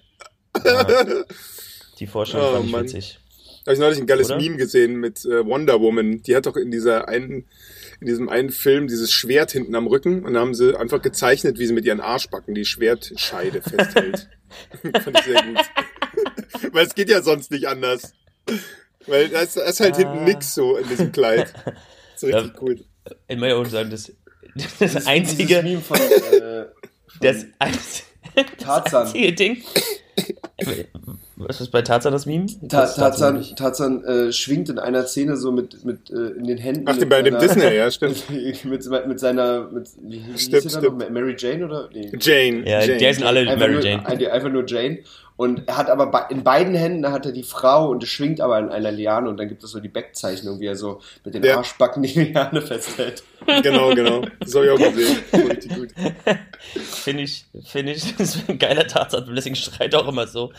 Die Vorstellung fand ich witzig. Habe ich neulich ein geiles Meme gesehen mit Wonder Woman. Die hat doch in diesem einen Film dieses Schwert hinten am Rücken und da haben sie einfach gezeichnet, wie sie mit ihren Arschbacken die Schwertscheide festhält. Fand ich sehr gut. Weil es geht ja sonst nicht anders. Weil da ist halt hinten nix so in diesem Kleid. Das ist richtig cool. Ich meine auch sagen, das einzige Meme von das Tarzan. einzige Ding. Was ist bei Tarzan das Meme? Tarzan schwingt in einer Szene so mit in den Händen. Ach, bei dem Disney, ja, stimmt. mit seiner, wie hieß sie da noch? Mary Jane oder? Nee. Jane. Ja, Jane. der sind alle Mary Jane. Einfach nur Jane. Und er hat aber in beiden Händen hat er die Frau und es schwingt aber in einer Liane und dann gibt es so die Backzeichnung, wie er so mit den Arschbacken die Liane festhält. Genau. Das habe ich auch gesehen. Richtig gut. Finde ich, das ist ein geiler Tarzan, deswegen schreit auch immer so.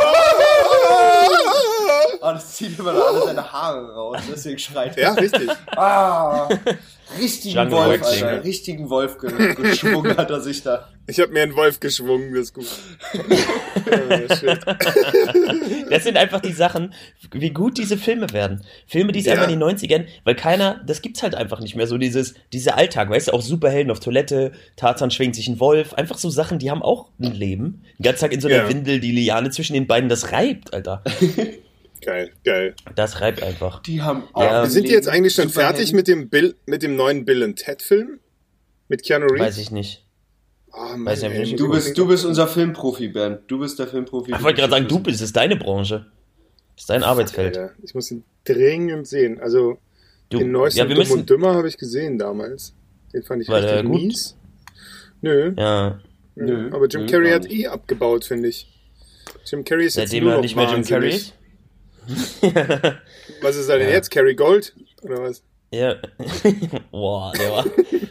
Oh, das zieht immer alle seine Haare raus, deswegen schreit er. Ja, richtig. Richtigen Wolf, Alter. Richtigen Wolf geschwungen hat er sich da. Ich habe mir einen Wolf geschwungen, das ist gut. Shit. Das sind einfach die Sachen, wie gut diese Filme werden. Filme, die es einfach in den 90ern, weil das gibt's halt einfach nicht mehr, so dieser Alltag, weißt du, auch Superhelden auf Toilette, Tarzan schwingt sich ein Wolf, einfach so Sachen, die haben auch ein Leben. Den ganzen Tag in so einer Windel, die Liane zwischen den beiden, das reibt, Alter. Geil. Das reibt einfach. Die haben auch sind die jetzt eigentlich schon fertig mit dem neuen Bill & Ted Film? Mit Keanu Reeves? Weiß ich nicht. Oh, Mann, du bist unser Filmprofi, Bernd. Du bist der Filmprofi. Ich wollte gerade sagen, das ist deine Branche. Das ist dein Arbeitsfeld. Alter. Ich muss ihn dringend sehen. Also, den neuesten Dumm und Dümmer habe ich gesehen damals. Den fand ich richtig mies. Nö. Ja. Nö. Aber Jim Carrey hat abgebaut, finde ich. Jim Carrey ist seitdem jetzt nur er noch nicht mehr Jim Carrey ist? Was ist da denn jetzt? Kerry Gold? Oder was? Ja. Boah, der war...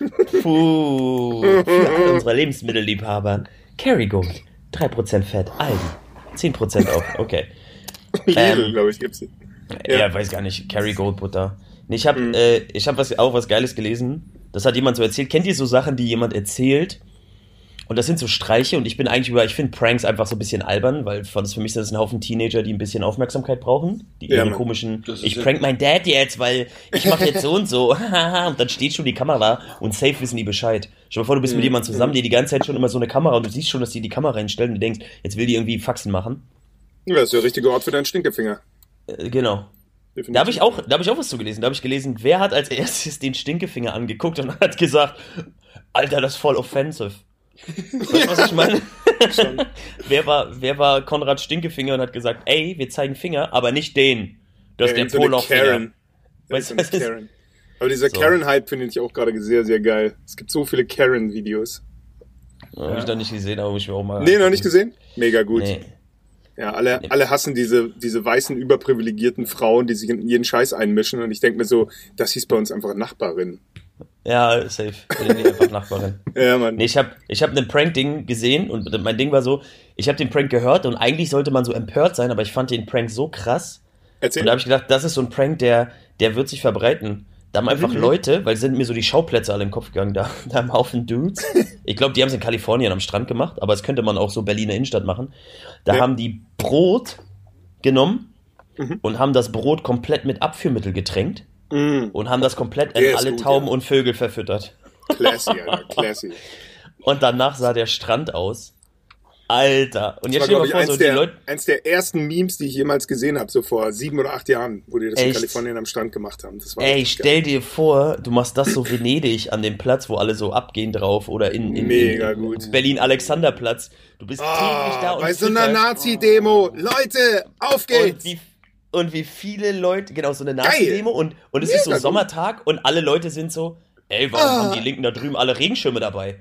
Puh. Für alle unsere Lebensmittelliebhaber. Kerrygold. 3% Fett. Aldi. 10% auf. Okay. Lidl, glaube ich, gibt's die. Ja, weiß gar nicht. Kerrygold Butter. Nee, ich habe auch was Geiles gelesen. Das hat jemand so erzählt. Kennt ihr so Sachen, die jemand erzählt? Und das sind so Streiche und ich finde Pranks einfach so ein bisschen albern, weil für mich sind das ein Haufen Teenager, die ein bisschen Aufmerksamkeit brauchen. Die ihre komischen, ich prank mein Dad jetzt, weil ich mache jetzt so und so. Und dann steht schon die Kamera und safe wissen die Bescheid. Stell dir vor, du bist mit jemandem zusammen, die ganze Zeit schon immer so eine Kamera und du siehst schon, dass die Kamera hinstellen und du denkst, jetzt will die irgendwie Faxen machen. Ja, das ist der richtige Ort für deinen Stinkefinger. Genau. Definitiv. Da habe ich auch was zu gelesen. Da habe ich gelesen, wer hat als erstes den Stinkefinger angeguckt und hat gesagt, Alter, das ist voll offensive. Weißt du, was ich meine? Wer war Konrad Stinkefinger und hat gesagt, ey, wir zeigen Finger, aber nicht den. Das ist der Poloch-Finger. Weißt du, was ist? Karen. Aber dieser so. Karen-Hype finde ich auch gerade sehr, sehr geil. Es gibt so viele Karen-Videos. Habe ich noch nicht gesehen, aber muss ich mir auch mal... Nee, noch nicht gesehen? Mega gut. Nee. Ja, alle hassen diese weißen, überprivilegierten Frauen, die sich in jeden Scheiß einmischen und ich denke mir so, das hieß bei uns einfach Nachbarin. Ja, safe. Nee, einfach Nachbarin. Ja, Mann. Nee, ich hab einen Prank-Ding gesehen und mein Ding war so, ich habe den Prank gehört und eigentlich sollte man so empört sein, aber ich fand den Prank so krass. Erzähl. Und da habe ich gedacht, das ist so ein Prank, der wird sich verbreiten. Da haben einfach Leute, weil sind mir so die Schauplätze alle im Kopf gegangen, da haben Haufen Dudes. Ich glaube, die haben es in Kalifornien am Strand gemacht, aber es könnte man auch so Berliner Innenstadt machen. Da haben die Brot genommen und haben das Brot komplett mit Abführmittel getränkt. Und haben das komplett in alle Tauben und Vögel verfüttert. Classy, Alter, classy. Und danach sah der Strand aus. Alter. Und jetzt stell dir mal vor, die Leute... Eins der ersten Memes, die ich jemals gesehen habe, so vor 7 oder 8 Jahren, wo die das in Kalifornien am Strand gemacht haben. Das war stell dir vor, du machst das so Venedig an dem Platz, wo alle so abgehen drauf oder in Berlin-Alexanderplatz. Du bist täglich da und bei so einer Nazi-Demo. Leute, auf geht's! Und wie viele Leute, genau, so eine Nazi-Demo und es ist so Sommertag und alle Leute sind so, ey, warum haben die Linken da drüben alle Regenschirme dabei?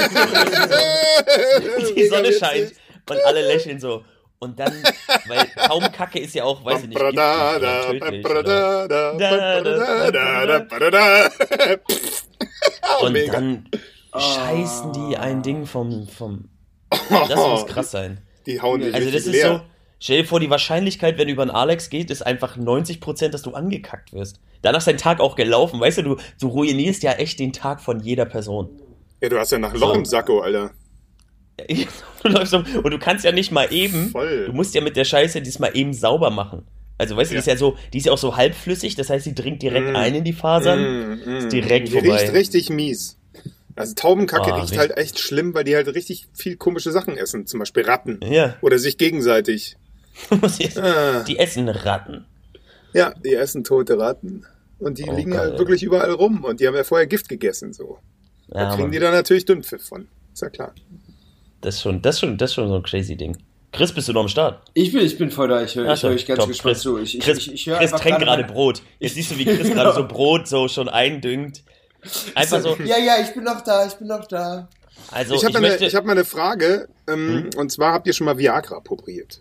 Die Sonne scheint und alle lächeln so. Und dann, weil Taubenkacke ist ja auch, weiß ich nicht, tödlich. Und dann scheißen die ein Ding vom das muss krass sein. Die hauen dich also das ist leer. So, stell dir vor, die Wahrscheinlichkeit, wenn du über einen Alex geht, ist einfach 90%, dass du angekackt wirst. Danach ist dein Tag auch gelaufen. Weißt du, du ruinierst ja echt den Tag von jeder Person. Ja, du hast ja nach Loch im Sacko, Alter. Du läufst und du kannst ja nicht mal eben, voll. Du musst ja mit der Scheiße diesmal eben sauber machen. Also weißt du, die ist ja auch so halbflüssig, das heißt, die dringt direkt ein in die Fasern, ist direkt die vorbei. Riecht richtig mies. Also Taubenkacke riecht halt echt schlimm, weil die halt richtig viel komische Sachen essen. Zum Beispiel Ratten. Ja. Oder sich gegenseitig. Die essen Ratten. Ja, die essen tote Ratten. Und die liegen halt wirklich überall rum. Und die haben ja vorher Gift gegessen, so. Ja, da kriegen die dann natürlich Dünnpfiff von. Ist ja klar. Das ist schon so ein crazy Ding. Chris, bist du noch am Start? Ich bin voll da. Ich höre euch ganz gespannt zu. Chris tränkt gerade Brot. Jetzt siehst du, wie Chris gerade so Brot so schon eindüngt. Einfach so. Ja, ich bin noch da. Also, ich hab mal eine Frage. Und zwar, habt ihr schon mal Viagra probiert?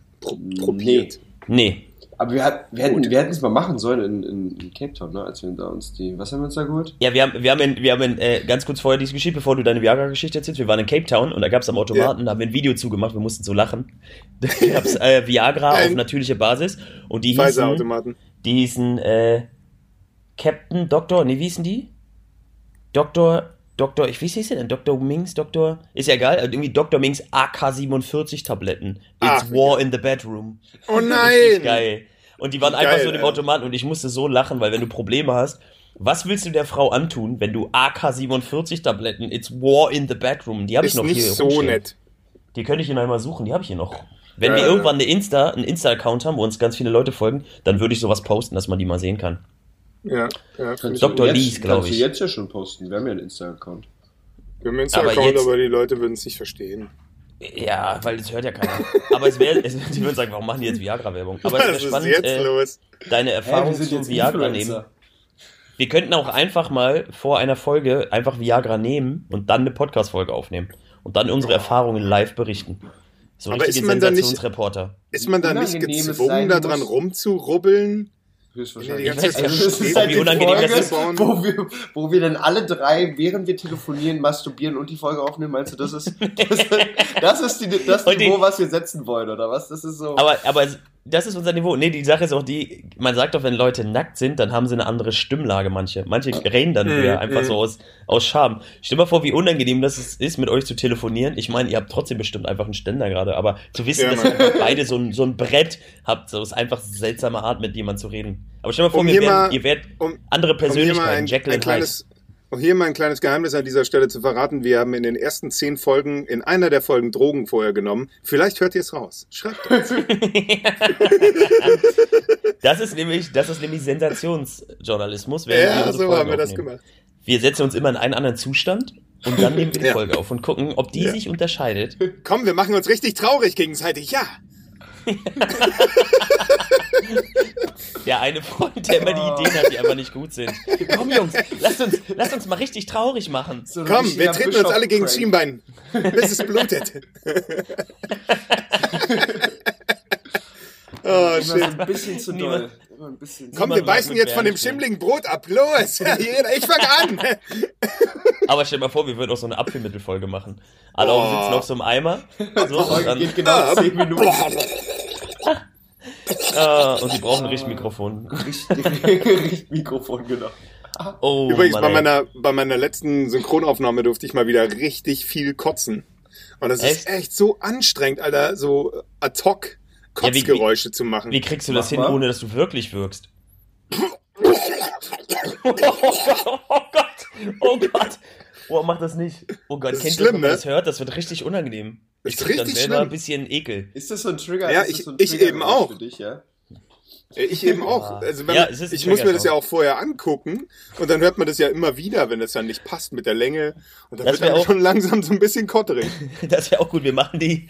Nee. Aber wir hätten es mal machen sollen in Cape Town, ne? Als wir da was haben wir uns da geholt? Ja, wir haben ganz kurz vorher diese Geschichte, bevor du deine Viagra-Geschichte erzählst, wir waren in Cape Town und da gab es am Automaten, da haben wir ein Video zugemacht, wir mussten so lachen. Da gab es Viagra auf natürliche Basis und die hießen Captain, Doktor, wie hießen die? Doktor, wie hieß der denn? Dr. Mings, ist ja egal, irgendwie Dr. Mings AK-47 Tabletten. It's war in the bedroom. Oh nein! Richtig geil. Und die waren einfach so in dem Automaten und ich musste so lachen, weil wenn du Probleme hast, was willst du der Frau antun, wenn du AK-47 Tabletten, it's war in the bedroom, die habe ich noch hier rumstehen. Ist nicht so nett. Die könnte ich Ihnen einmal suchen, die habe ich hier noch. Wenn wir irgendwann einen Insta-Account haben, wo uns ganz viele Leute folgen, dann würde ich sowas posten, dass man die mal sehen kann. Ja. Dr. Lies, glaube ich. Kannst du jetzt ja schon posten, wir haben ja einen Insta-Account. Wir haben einen Insta-Account, aber die Leute würden es nicht verstehen. Ja, weil das hört ja keiner. Aber die würden sagen, warum machen die jetzt Viagra-Werbung? Aber es wäre spannend, deine Erfahrung zu Viagra nehmen. Wir könnten auch einfach mal vor einer Folge einfach Viagra nehmen und dann eine Podcast-Folge aufnehmen. Und dann unsere Erfahrungen live berichten. So richtige Sensationsreporter. Ist man da nicht gezwungen, da dran rumzurubbeln? Höchstwahrscheinlich. Das ist halt die Folge, wo wir dann alle drei, während wir telefonieren, masturbieren und die Folge aufnehmen. Meinst du, das ist das Niveau, was wir setzen wollen, oder was? Das ist so. Aber das ist unser Niveau. Nee, die Sache ist auch die, man sagt doch, wenn Leute nackt sind, dann haben sie eine andere Stimmlage, manche. Manche reden dann wieder einfach so aus Scham. Stell dir mal vor, wie unangenehm das ist, mit euch zu telefonieren. Ich meine, ihr habt trotzdem bestimmt einfach einen Ständer gerade, aber zu wissen, dass ihr beide so ein Brett habt, so ist einfach eine seltsame Art, mit jemandem zu reden. Aber stell dir mal vor, ihr werdet andere Persönlichkeiten, Jekyll und Hyde. Um hier mal ein kleines Geheimnis an dieser Stelle zu verraten. Wir haben in den ersten 10 Folgen, in einer der Folgen Drogen vorher genommen. Vielleicht hört ihr es raus. Schreibt uns. Das ist nämlich Sensationsjournalismus. Ja, so haben wir das gemacht. Wir setzen uns immer in einen anderen Zustand und dann nehmen wir die Folge auf und gucken, ob die sich unterscheidet. Komm, wir machen uns richtig traurig gegenseitig. Ja. Der eine Freund, der immer die Ideen hat, die einfach nicht gut sind. Komm, Jungs, lasst uns mal richtig traurig machen. So komm, wir treten uns alle gegen das Schienbein, bis es blutet. Oh, shit. Ein bisschen zu doll. Komm, wir beißen jetzt von dem schimmligen Brot ab. Los, ich fang an. Aber stell dir mal vor, wir würden auch so eine Abführmittelfolge machen. Alle sitzen auf so einem Eimer. So, und dann geht genau 10 Minuten. Und die brauchen ein Richtmikrofon. Richtmikrofon, genau. Oh, übrigens, bei meiner letzten Synchronaufnahme durfte ich mal wieder richtig viel kotzen. Und das ist echt so anstrengend, Alter, so ad hoc Kotzgeräusche zu machen. Wie kriegst du das hin, ohne dass du wirklich wirkst? Oh Gott. Oh, mach das nicht. Oh Gott, kennt ihr, wenn man das hört? Das wird richtig unangenehm. Ich krieg dann selber ein bisschen Ekel. Ist das so ein Trigger? Ja, ich eben auch. Für dich, ja? Ich eben auch. Also ich muss mir das ja auch vorher angucken und dann hört man das ja immer wieder, wenn es dann nicht passt mit der Länge und dann wird dann schon langsam so ein bisschen kotterig. Das wäre auch gut. Wir machen die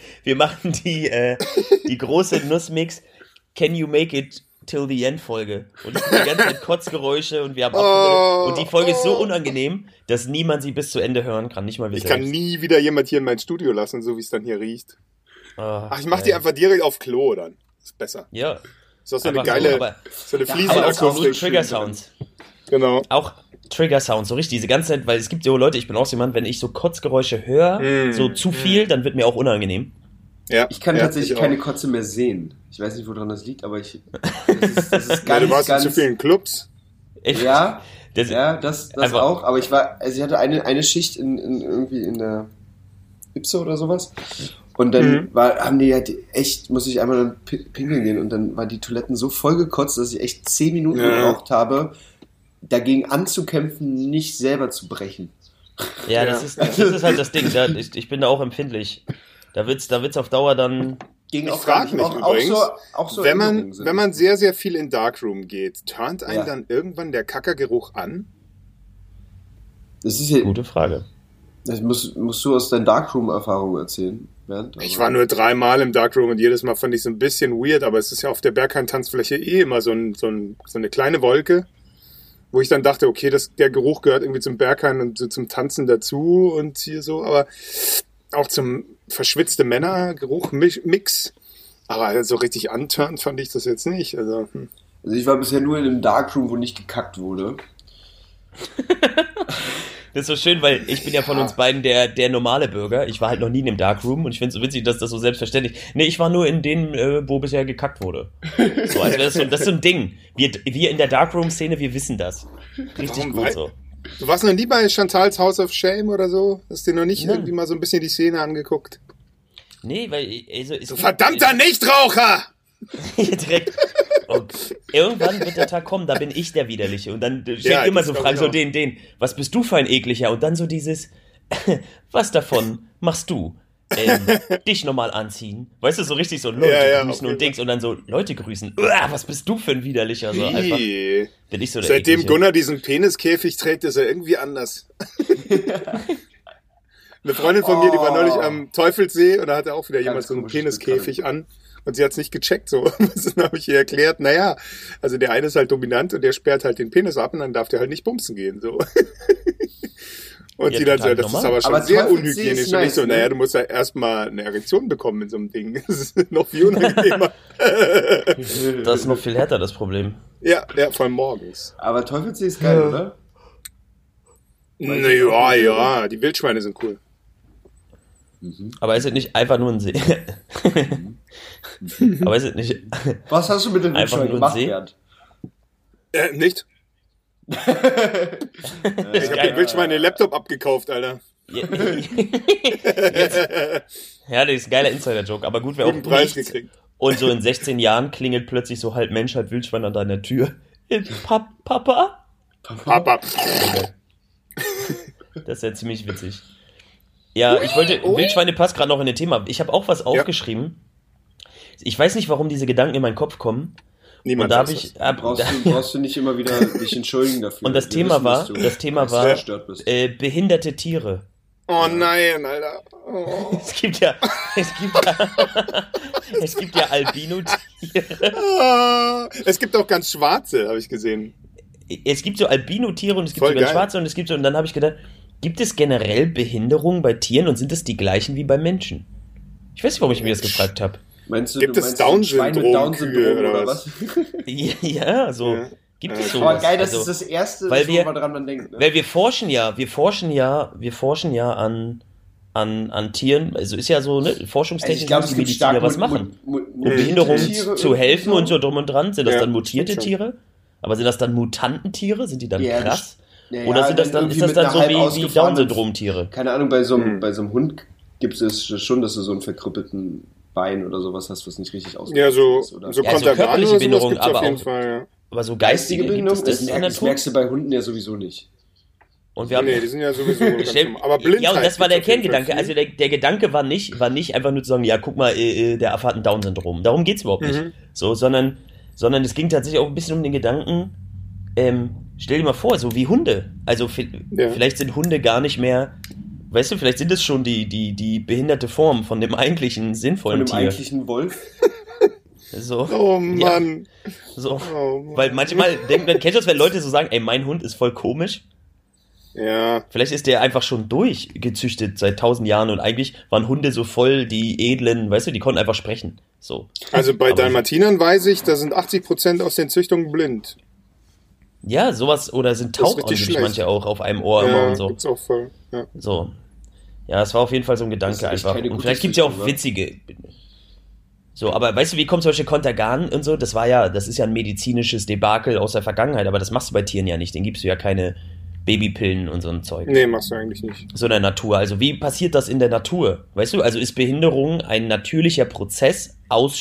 große Nussmix Can You Make It Till the End Folge und die ganze Zeit Kotzgeräusche und wir haben und die Folge ist so unangenehm, dass niemand sie bis zu Ende hören kann, nicht mal wir selbst. Ich kann nie wieder jemand hier in mein Studio lassen, so wie es dann hier riecht. Ich mach die einfach direkt auf Klo dann. Ist besser. Ja. Ist auch so eine geile, so eine Fliesenakustik. Auch Trigger-Sounds. Genau. Auch Trigger-Sounds, so richtig, diese ganze Zeit, weil es gibt so Leute, ich bin auch so jemand, wenn ich so Kotzgeräusche höre, so zu viel, dann wird mir auch unangenehm. Ja, ich kann tatsächlich keine Kotze mehr sehen. Ich weiß nicht, woran das liegt, aber das ist ganz, du warst in zu vielen Clubs. Ja, das auch, aber ich hatte eine Schicht irgendwie in der Ipso oder sowas. Und dann haben die halt echt, muss ich einmal dann pinkeln gehen und dann waren die Toiletten so voll gekotzt, dass ich echt 10 Minuten gebraucht habe, dagegen anzukämpfen, nicht selber zu brechen. Ja, das ist halt das Ding. Ich bin da auch empfindlich. Da wird's auf Dauer dann... Ich frage mich übrigens, wenn man sehr, sehr viel in Darkroom geht, turnt einen dann irgendwann der Kackergeruch an? Das ist ja... Gute Frage. Das musst du aus deinen Darkroom-Erfahrungen erzählen, Bernd. Ich war nur 3 Mal im Darkroom und jedes Mal fand ich es ein bisschen weird, aber es ist ja auf der Berghain-Tanzfläche immer so eine kleine Wolke, wo ich dann dachte, okay, der Geruch gehört irgendwie zum Berghain und so zum Tanzen dazu und hier so, aber auch zum verschwitzte Männer-Geruch-Mix. Aber so richtig anturnt fand ich das jetzt nicht. Also ich war bisher nur in einem Darkroom, wo nicht gekackt wurde. Das ist so schön, weil ich bin ja von uns beiden der normale Bürger. Ich war halt noch nie in dem Darkroom und ich finde es so witzig, dass das so selbstverständlich... Nee, ich war nur in denen, wo bisher gekackt wurde. So, als wäre das so ein Ding. Wir in der Darkroom-Szene, wir wissen das. Richtig gut so. Du warst noch nie bei Chantals House of Shame oder so? Hast du dir noch nicht irgendwie mal so ein bisschen die Szene angeguckt? Nee, weil... du verdammter Nichtraucher! Direkt... Okay. Irgendwann wird der Tag kommen, da bin ich der Widerliche. Und dann steht immer so Fragen, so den, was bist du für ein Ekliger? Und dann so dieses, was davon machst du? Dich nochmal anziehen. Weißt du, so richtig so Leute grüßen und Dings und dann so Leute grüßen. Was bist du für ein Widerlicher? So einfach bin ich so der Seitdem Eklige. Gunnar diesen Peniskäfig trägt, ist er irgendwie anders. Eine Freundin von mir, die war neulich am Teufelsee und da hatte auch wieder jemand so einen Peniskäfig an. Und sie hat es nicht gecheckt, so. Dann habe ich ihr erklärt, naja, also der eine ist halt dominant und der sperrt halt den Penis ab und dann darf der halt nicht bumsen gehen, so. Und sie dann so, das ist aber schon sehr unhygienisch. Und ich so, naja, du musst ja erstmal eine Erektion bekommen in so einem Ding. Das ist noch viel unangenehmer. Das ist noch viel härter, das Problem. Ja, vor allem morgens. Aber Teufelssee ist geil, oder? Ja, die Wildschweine sind cool. Aber ist es nicht einfach nur ein See? Aber ist es nicht... Was hast du mit den Wildschweinen gemacht, Bernd? Nicht. Ich habe den Wildschwein den Laptop abgekauft, Alter. Ja, das ist ein geiler Insider-Joke, aber gut, wäre auch Preis gekriegt. Und so in 16 Jahren klingelt plötzlich so halb Mensch, halb Wildschwein an deiner Tür. Papa? Das ist ja ziemlich witzig. Ja, ich wollte, Wildschweine passt gerade noch in ein Thema. Ich habe auch was aufgeschrieben. Ich weiß nicht, warum diese Gedanken in meinen Kopf kommen. Niemand brauchst du nicht immer wieder dich entschuldigen dafür. Und das Thema war behinderte Tiere. Oh nein, Alter. Oh. Es gibt ja Albino-Tiere. Es gibt auch ganz schwarze, habe ich gesehen. Es gibt so Albino-Tiere und es gibt so ganz schwarze und es gibt so, und dann habe ich gedacht, gibt es generell Behinderungen bei Tieren und sind es die gleichen wie bei Menschen? Ich weiß nicht, warum ich mir das gefragt habe. Gibt es Down-Syndrom oder was? Ja, so. Ja. Gibt es sowas. Aber geil, das ist das Erste, woran man denkt. Ne? Weil wir forschen ja an Tieren, also ist ja so, ne, forschungstechnisch müssen die Mediziner was machen. Um Behinderungen zu helfen und so drum und dran. Sind das dann mutierte Tiere? Aber sind das dann Mutantentiere? Sind die dann krass? Ja, oder ist das dann so wie Down-Syndrom-Tiere? Keine Ahnung, bei so einem Hund gibt es schon, dass du so einen verkrüppelten Bein oder sowas hast, was nicht richtig aussieht. Ja, so körperliche Behinderung, aber auch. Aber so geistige Behinderung, das merkst du bei Hunden ja sowieso nicht. Und wir haben, die sind ja sowieso aber Blindheit. Ja, und das war der Kerngedanke. Also der Gedanke war nicht einfach nur zu sagen, ja, guck mal, der Affe hat ein Down-Syndrom. Darum geht's überhaupt nicht. So, sondern es ging tatsächlich auch ein bisschen um den Gedanken, stell dir mal vor, so wie Hunde. Also vielleicht sind Hunde gar nicht mehr, weißt du, vielleicht sind es schon die behinderte Form von dem eigentlichen sinnvollen Tier. Von dem eigentlichen Wolf. So. Oh Mann. Ja, so. Oh Mann. Weil manchmal kennst du das, wenn Leute so sagen, ey, mein Hund ist voll komisch? Ja. Vielleicht ist der einfach schon durchgezüchtet seit 1000 Jahren und eigentlich waren Hunde so voll die edlen, weißt du, die konnten einfach sprechen. So. Also bei Dalmatinern weiß ich, da sind 80% aus den Züchtungen blind. Ja, sowas, oder sind taub angeblich manche auch auf einem Ohr immer und so. Gibt's auch voll, ja. So. Ja, es war auf jeden Fall so ein Gedanke einfach. Und vielleicht gibt's ja auch witzige. So, aber weißt du, wie kommt solche Kontergan und so? Das ist ja ein medizinisches Debakel aus der Vergangenheit, aber das machst du bei Tieren ja nicht. Den gibst du ja keine Babipillen und so ein Zeug. Nee, machst du eigentlich nicht. So in der Natur. Also wie passiert das in der Natur? Weißt du, also ist Behinderung ein natürlicher Prozess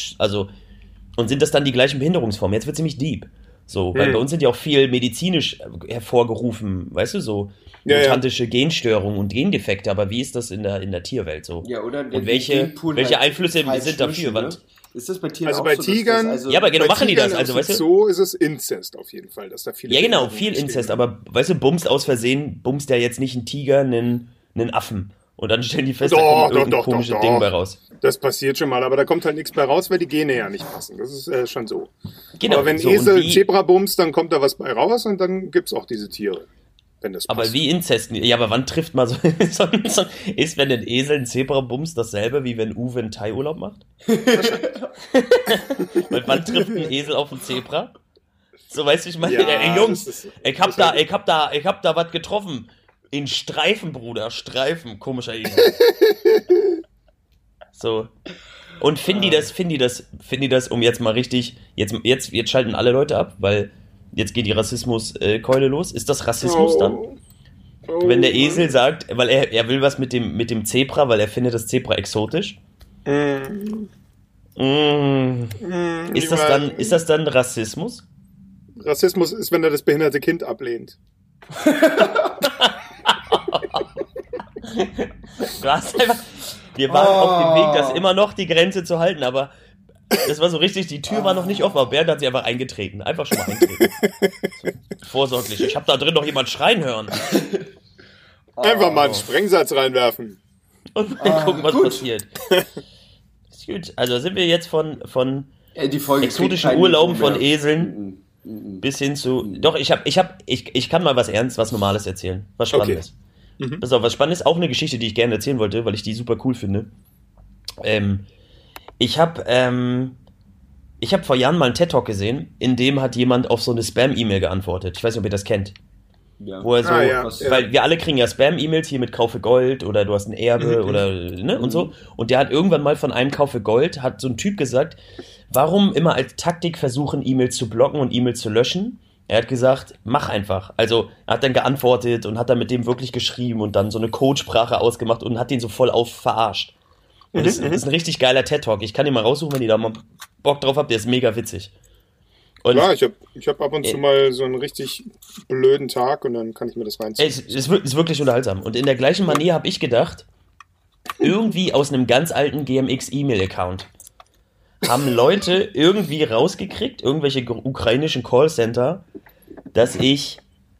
und sind das dann die gleichen Behinderungsformen? Jetzt wird ziemlich deep. So, weil bei uns sind ja auch viel medizinisch hervorgerufen, weißt du, so mutantische Genstörungen und Gendefekte, aber wie ist das in der Tierwelt so? Ja, oder? Und welche Einflüsse sind dafür? Ne? Ist das bei Tieren also auch bei Tigern, ja, aber genau, machen die das, also weißt du? So ist es Inzest auf jeden Fall, dass da viele. Ja, genau, viel Inzest, aber weißt du, bumst aus Versehen, bumst ja jetzt nicht ein Tiger einen Affen. Und dann stellen die fest, da kommt irgendein komisches Ding bei raus. Das passiert schon mal, aber da kommt halt nichts bei raus, weil die Gene ja nicht passen. Das ist schon so. Genau. Aber wenn Esel Zebra bumst, dann kommt da was bei raus und dann gibt's auch diese Tiere. Wenn das passt. Aber wie Inzest? Ja, aber wann trifft man so ist, wenn ein Esel ein Zebra bumst, dasselbe, wie wenn Uwe einen Thai-Urlaub macht? Weil wann trifft ein Esel auf ein Zebra? So, weißt du, ich meine, ey Jungs, ich hab da was getroffen. In Streifen, Bruder, Streifen, komischer Esel. So. Und finden die das, um jetzt mal richtig, jetzt schalten alle Leute ab, weil jetzt geht die Rassismus-Keule los. Ist das Rassismus dann? Wenn der Esel sagt, weil er will was mit dem Zebra, weil er findet das Zebra exotisch? Ist das dann Rassismus? Rassismus ist, wenn er das behinderte Kind ablehnt. Wir waren auf dem Weg, das immer noch die Grenze zu halten, aber das war so richtig, die Tür war noch nicht offen, aber Bernd hat sie einfach eingetreten. Einfach schon mal eingetreten. So, vorsorglich. Ich habe da drin noch jemand schreien hören. Einfach mal einen Sprengsatz reinwerfen. Und mal gucken, was passiert. Ist gut. Also sind wir jetzt von exotischen Urlauben von Eseln bis hin zu... Doch, ich kann mal was Normales erzählen. Was Spannendes. Okay. Pass auf, was spannend ist, auch eine Geschichte, die ich gerne erzählen wollte, weil ich die super cool finde. Ich habe vor Jahren mal einen TED-Talk gesehen, in dem hat jemand auf so eine Spam-E-Mail geantwortet. Ich weiß nicht, ob ihr das kennt. Ja. Wo er so, weil wir alle kriegen ja Spam-E-Mails hier mit Kaufe Gold oder du hast ein Erbe oder, ne, und so. Und der hat irgendwann mal von einem Kaufe Gold, hat so ein Typ gesagt, warum immer als Taktik versuchen, E-Mails zu blocken und E-Mails zu löschen? Er hat gesagt, mach einfach. Also er hat dann geantwortet und hat dann mit dem wirklich geschrieben und dann so eine Codesprache ausgemacht und hat den so voll verarscht. Und das ist ein richtig geiler TED-Talk. Ich kann den mal raussuchen, wenn ihr da mal Bock drauf habt, der ist mega witzig. Und ja, ich hab ab und zu mal so einen richtig blöden Tag und dann kann ich mir das reinziehen. Es ist wirklich unterhaltsam. Und in der gleichen Manier habe ich gedacht, irgendwie aus einem ganz alten GMX-E-Mail-Account haben Leute irgendwie rausgekriegt, irgendwelche ukrainischen Callcenter, dass ich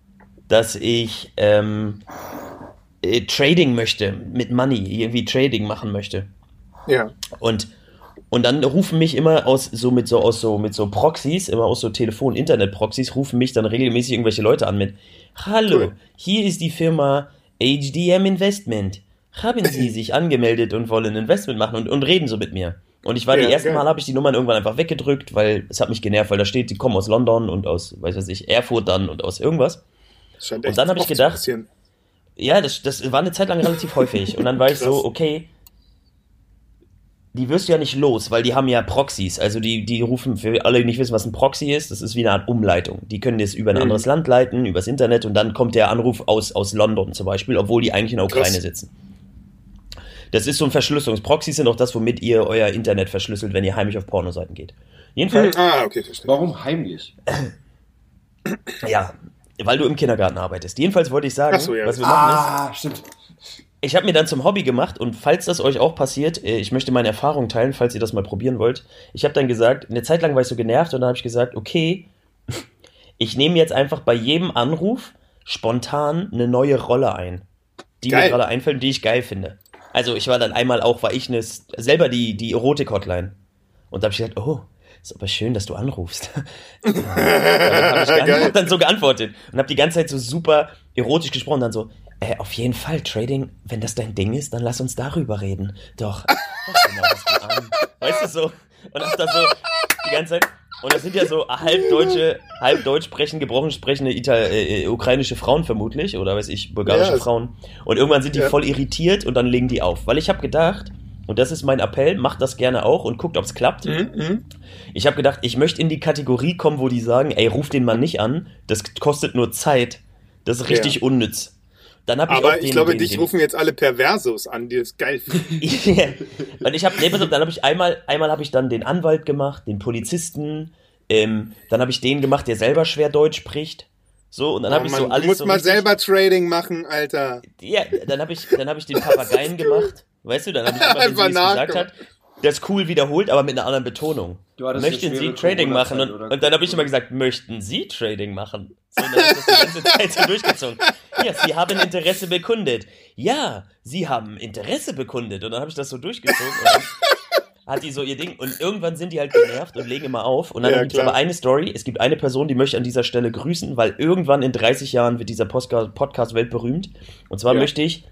Trading möchte mit Money, irgendwie Trading machen möchte. Ja. Und dann rufen mich immer aus so Proxys, immer aus so Telefon-Internet-Proxys, rufen mich dann regelmäßig irgendwelche Leute an mit: Hallo, hier ist die Firma HDM Investment. Haben Sie sich angemeldet und wollen Investment machen und reden so mit mir. Und ich war die ersten Mal, habe ich die Nummern irgendwann einfach weggedrückt, weil es hat mich genervt, weil da steht, die kommen aus London und aus, Erfurt dann und aus irgendwas. Und dann habe ich gedacht, ja, das war eine Zeit lang relativ häufig. Und dann war ich so, okay, die wirst du ja nicht los, weil die haben ja Proxys. Also die rufen, für alle, die nicht wissen, was ein Proxy ist, das ist wie eine Art Umleitung. Die können das über ein anderes Land leiten, übers Internet und dann kommt der Anruf aus London zum Beispiel, obwohl die eigentlich in der Ukraine sitzen. Das ist so ein Verschlüsselungsproxy, sind auch das, womit ihr euer Internet verschlüsselt, wenn ihr heimlich auf Pornoseiten geht. Jedenfalls. Okay, verstehe. Warum heimlich? Ja, weil du im Kindergarten arbeitest. Jedenfalls wollte ich sagen, was wir machen ist. Stimmt. Ich habe mir dann zum Hobby gemacht und falls das euch auch passiert, ich möchte meine Erfahrung teilen, falls ihr das mal probieren wollt. Ich habe dann gesagt, eine Zeit lang war ich so genervt und dann habe ich gesagt, okay, ich nehme jetzt einfach bei jedem Anruf spontan eine neue Rolle ein, die mir gerade einfällt und die ich geil finde. Also ich war dann einmal auch, selber die Erotik-Hotline. Und da habe ich gesagt, oh, ist aber schön, dass du anrufst. Hab dann so geantwortet und habe die ganze Zeit so super erotisch gesprochen. Dann so, auf jeden Fall, Trading, wenn das dein Ding ist, dann lass uns darüber reden. Doch, genau, was du an. Weißt du so? Und hab da so die ganze Zeit... Und das sind ja so halb deutsch sprechende, gebrochen sprechende ukrainische Frauen vermutlich, oder weiß ich, bulgarische Frauen. Und irgendwann sind die voll irritiert und dann legen die auf. Weil ich habe gedacht, und das ist mein Appell, macht das gerne auch und guckt, ob es klappt. Ich habe gedacht, ich möchte in die Kategorie kommen, wo die sagen, ey, ruf den Mann nicht an, das kostet nur Zeit, das ist richtig unnütz. Dann aber ich glaube, dich rufen jetzt alle Perversos an, die das geil finden. Und dann habe ich einmal habe ich dann den Anwalt gemacht, den Polizisten, dann habe ich den gemacht, der selber schwer Deutsch spricht. So, und dann habe ich so alles. Du musst so mal selber Trading machen, Alter. Ja, dann hab ich den Papageien gemacht. Weißt du, dann habe ich immer, wenn sie es gesagt hat, das cool wiederholt, aber mit einer anderen Betonung. Möchten Sie Trading machen? Und dann habe ich immer gesagt, möchten Sie Trading machen? So, dann habe ich das die ganze Zeit so durchgezogen. Ja, Sie haben Interesse bekundet. Ja, Sie haben Interesse bekundet. Und dann habe ich das so durchgezogen und dann hat die so ihr Ding. Und irgendwann sind die halt genervt und legen immer auf. Und dann gibt es aber eine Story. Es gibt eine Person, die möchte ich an dieser Stelle grüßen, weil irgendwann in 30 Jahren wird dieser Podcast weltberühmt. Und zwar möchte ich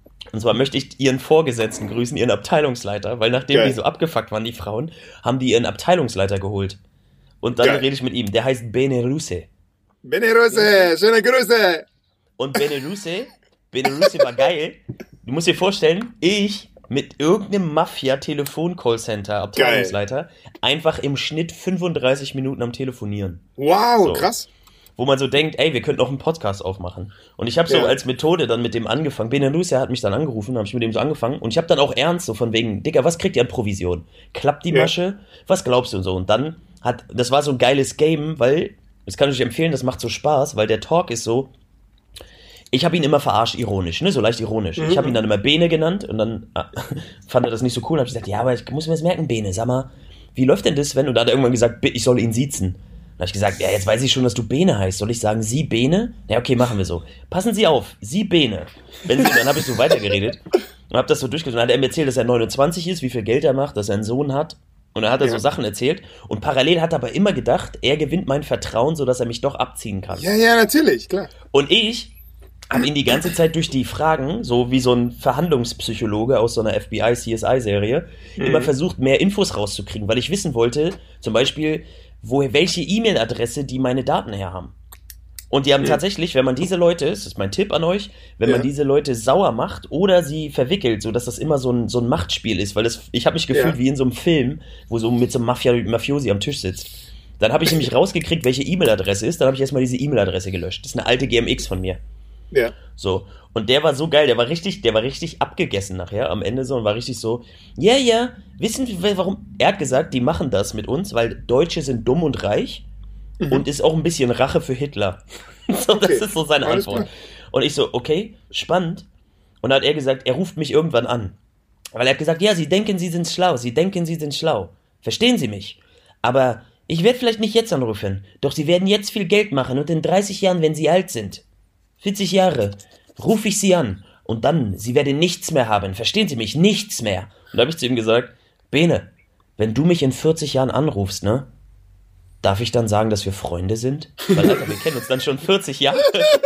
ihren Vorgesetzten grüßen, ihren Abteilungsleiter, weil nachdem die so abgefuckt waren, die Frauen, haben die ihren Abteilungsleiter geholt. Und dann rede ich mit ihm. Der heißt Beneruse. Beneruse, schöne Grüße! Und Beneruse war geil. Du musst dir vorstellen, ich mit irgendeinem Mafia-Telefon-Callcenter, Abteilungsleiter, einfach im Schnitt 35 Minuten am Telefonieren. Wow, so. Krass. Wo man so denkt, ey, wir könnten auch einen Podcast aufmachen. Und ich habe so als Methode dann mit dem angefangen. Beneruse hat mich dann angerufen, habe ich mit dem so angefangen. Und ich habe dann auch ernst so von wegen, Digga, was kriegt ihr an Provision? Klappt die Masche? Was glaubst du und so? Und dann das war so ein geiles Game, weil, das kann ich euch empfehlen, das macht so Spaß, weil der Talk ist so, ich habe ihn immer verarscht, ironisch, ne, so leicht ironisch. Ich habe ihn dann immer Bene genannt und dann fand er das nicht so cool. Und habe ich gesagt, ja, aber ich muss mir das merken, Bene, sag mal, wie läuft denn das, wenn? Und da hat er irgendwann gesagt, ich soll ihn siezen. Dann habe ich gesagt, ja, jetzt weiß ich schon, dass du Bene heißt. Soll ich sagen, Sie Bene? Ja, okay, machen wir so. Passen Sie auf, Sie Bene. Dann habe ich so weitergeredet und habe das so durchgezogen. Dann hat er mir erzählt, dass er 29 ist, wie viel Geld er macht, dass er einen Sohn hat. Und dann hat er so Sachen erzählt. Und parallel hat er aber immer gedacht, er gewinnt mein Vertrauen, sodass er mich doch abziehen kann. Ja, natürlich, klar. Und ich habe ihn die ganze Zeit durch die Fragen, so wie so ein Verhandlungspsychologe aus so einer FBI-CSI-Serie, immer versucht, mehr Infos rauszukriegen, weil ich wissen wollte, zum Beispiel, welche E-Mail-Adresse die meine Daten her haben. Und die haben tatsächlich, wenn man diese Leute, das ist mein Tipp an euch, wenn man diese Leute sauer macht oder sie verwickelt, so dass das immer so ein Machtspiel ist, weil ich habe mich gefühlt wie in so einem Film, wo so mit so einem Mafiosi am Tisch sitzt. Dann habe ich nämlich rausgekriegt, welche E-Mail-Adresse ist, dann habe ich erstmal diese E-Mail-Adresse gelöscht. Das ist eine alte GMX von mir. Ja. So. Und der war so geil, der war richtig abgegessen nachher am Ende so und war richtig so, ja, wissen wir warum? Er hat gesagt, die machen das mit uns, weil Deutsche sind dumm und reich und ist auch ein bisschen Rache für Hitler. So, das ist so seine Antwort. Und ich so, okay, spannend. Und dann hat er gesagt, er ruft mich irgendwann an. Weil er hat gesagt, ja, Sie denken, Sie sind schlau. Verstehen Sie mich? Aber ich werde vielleicht nicht jetzt anrufen, doch Sie werden jetzt viel Geld machen und in 30 Jahren, wenn Sie alt sind, 40 Jahre, rufe ich Sie an und dann, Sie werden nichts mehr haben. Verstehen Sie mich? Nichts mehr. Und da habe ich zu ihm gesagt, Bene, wenn du mich in 40 Jahren anrufst, ne? Darf ich dann sagen, dass wir Freunde sind? Weil, Alter, wir kennen uns dann schon 40 Jahre.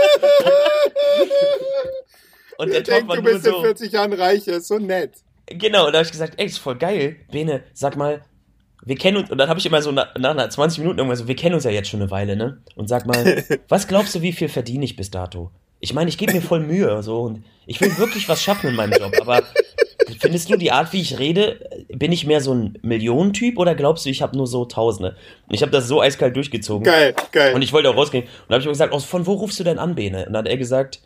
Und der Talk war du nur bist so, in 40 Jahren reich, das ist so nett. Genau, und da habe ich gesagt, ey, ist voll geil. Bene, sag mal, wir kennen uns, und dann habe ich immer so nach 20 Minuten irgendwann so, wir kennen uns ja jetzt schon eine Weile, ne? Und sag mal, was glaubst du, wie viel verdiene ich bis dato? Ich meine, ich gebe mir voll Mühe, so, und ich will wirklich was schaffen in meinem Job, aber findest du die Art, wie ich rede, bin ich mehr so ein Millionentyp oder glaubst du, ich habe nur so Tausende? Und ich habe das so eiskalt durchgezogen. Geil. Und ich wollte auch rausgehen. Und dann habe ich mir gesagt, von wo rufst du denn an, Bene? Und dann hat er gesagt,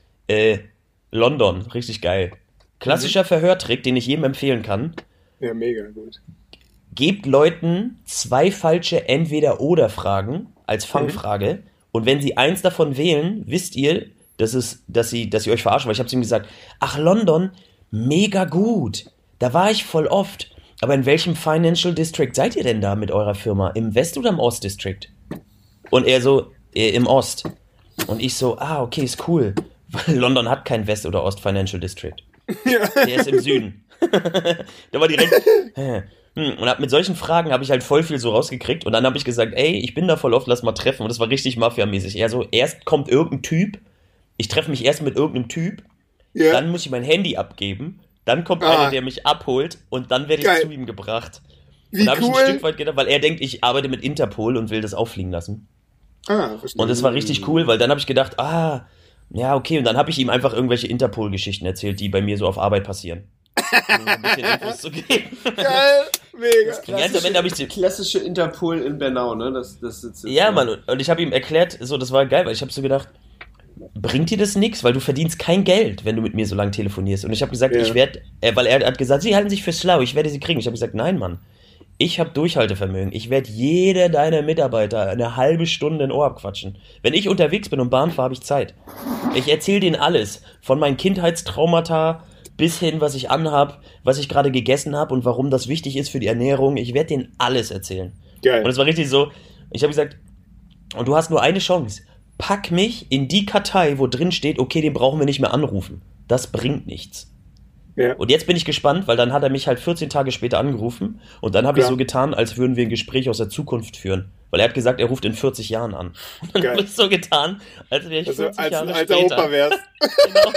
London, richtig geil. Klassischer Verhörtrick, den ich jedem empfehlen kann. Ja, mega gut. Gebt Leuten 2 falsche Entweder-Oder-Fragen als Fangfrage und wenn sie eins davon wählen, wisst ihr, dass sie euch verarschen, weil ich habe zu ihm gesagt, ach, London, mega gut, da war ich voll oft, aber in welchem Financial District seid ihr denn da mit eurer Firma? Im West- oder im Ost-District? Und er so, im Ost. Und ich so, okay, ist cool, weil London hat kein West- oder Ost-Financial District. Der ist im Süden. Da war direkt... Und mit solchen Fragen habe ich halt voll viel so rausgekriegt und dann habe ich gesagt, ey, ich bin da voll oft, lass mal treffen und das war richtig Mafia-mäßig. Erst kommt irgendein Typ, ich treffe mich erst mit irgendeinem Typ, dann muss ich mein Handy abgeben, dann kommt einer, der mich abholt und dann werde ich zu ihm gebracht. Und da habe ich ein Stück weit gedacht, weil er denkt, ich arbeite mit Interpol und will das auffliegen lassen. Verstehe. Und das war richtig cool, weil dann habe ich gedacht, ja, okay, und dann habe ich ihm einfach irgendwelche Interpol-Geschichten erzählt, die bei mir so auf Arbeit passieren. Um ein bisschen Infos zu geben. Geil, mega. Klassische Interpol in Bernau, ne? Das sitzt ja, Mann, und ich habe ihm erklärt, so, das war geil, weil ich habe so gedacht, bringt dir das nichts, weil du verdienst kein Geld, wenn du mit mir so lange telefonierst. Und ich habe gesagt, weil er hat gesagt, sie halten sich für schlau, ich werde sie kriegen. Ich habe gesagt, nein, Mann, ich habe Durchhaltevermögen. Ich werde jeder deiner Mitarbeiter eine halbe Stunde in Ohr abquatschen. Wenn ich unterwegs bin und Bahn fahre, habe ich Zeit. Ich erzähle denen alles, von meinen Kindheitstraumata bis hin, was ich anhab, was ich gerade gegessen habe und warum das wichtig ist für die Ernährung. Ich werde denen alles erzählen. Geil. Und es war richtig so, ich habe gesagt, und du hast nur eine Chance. Pack mich in die Kartei, wo drin steht, okay, den brauchen wir nicht mehr anrufen. Das bringt nichts. Ja. Und jetzt bin ich gespannt, weil dann hat er mich halt 14 Tage später angerufen und dann habe ich so getan, als würden wir ein Gespräch aus der Zukunft führen. Weil er hat gesagt, er ruft in 40 Jahren an. Und dann habe ich so getan, als wäre ich 40 Jahre später. Als Opa wärst. Genau.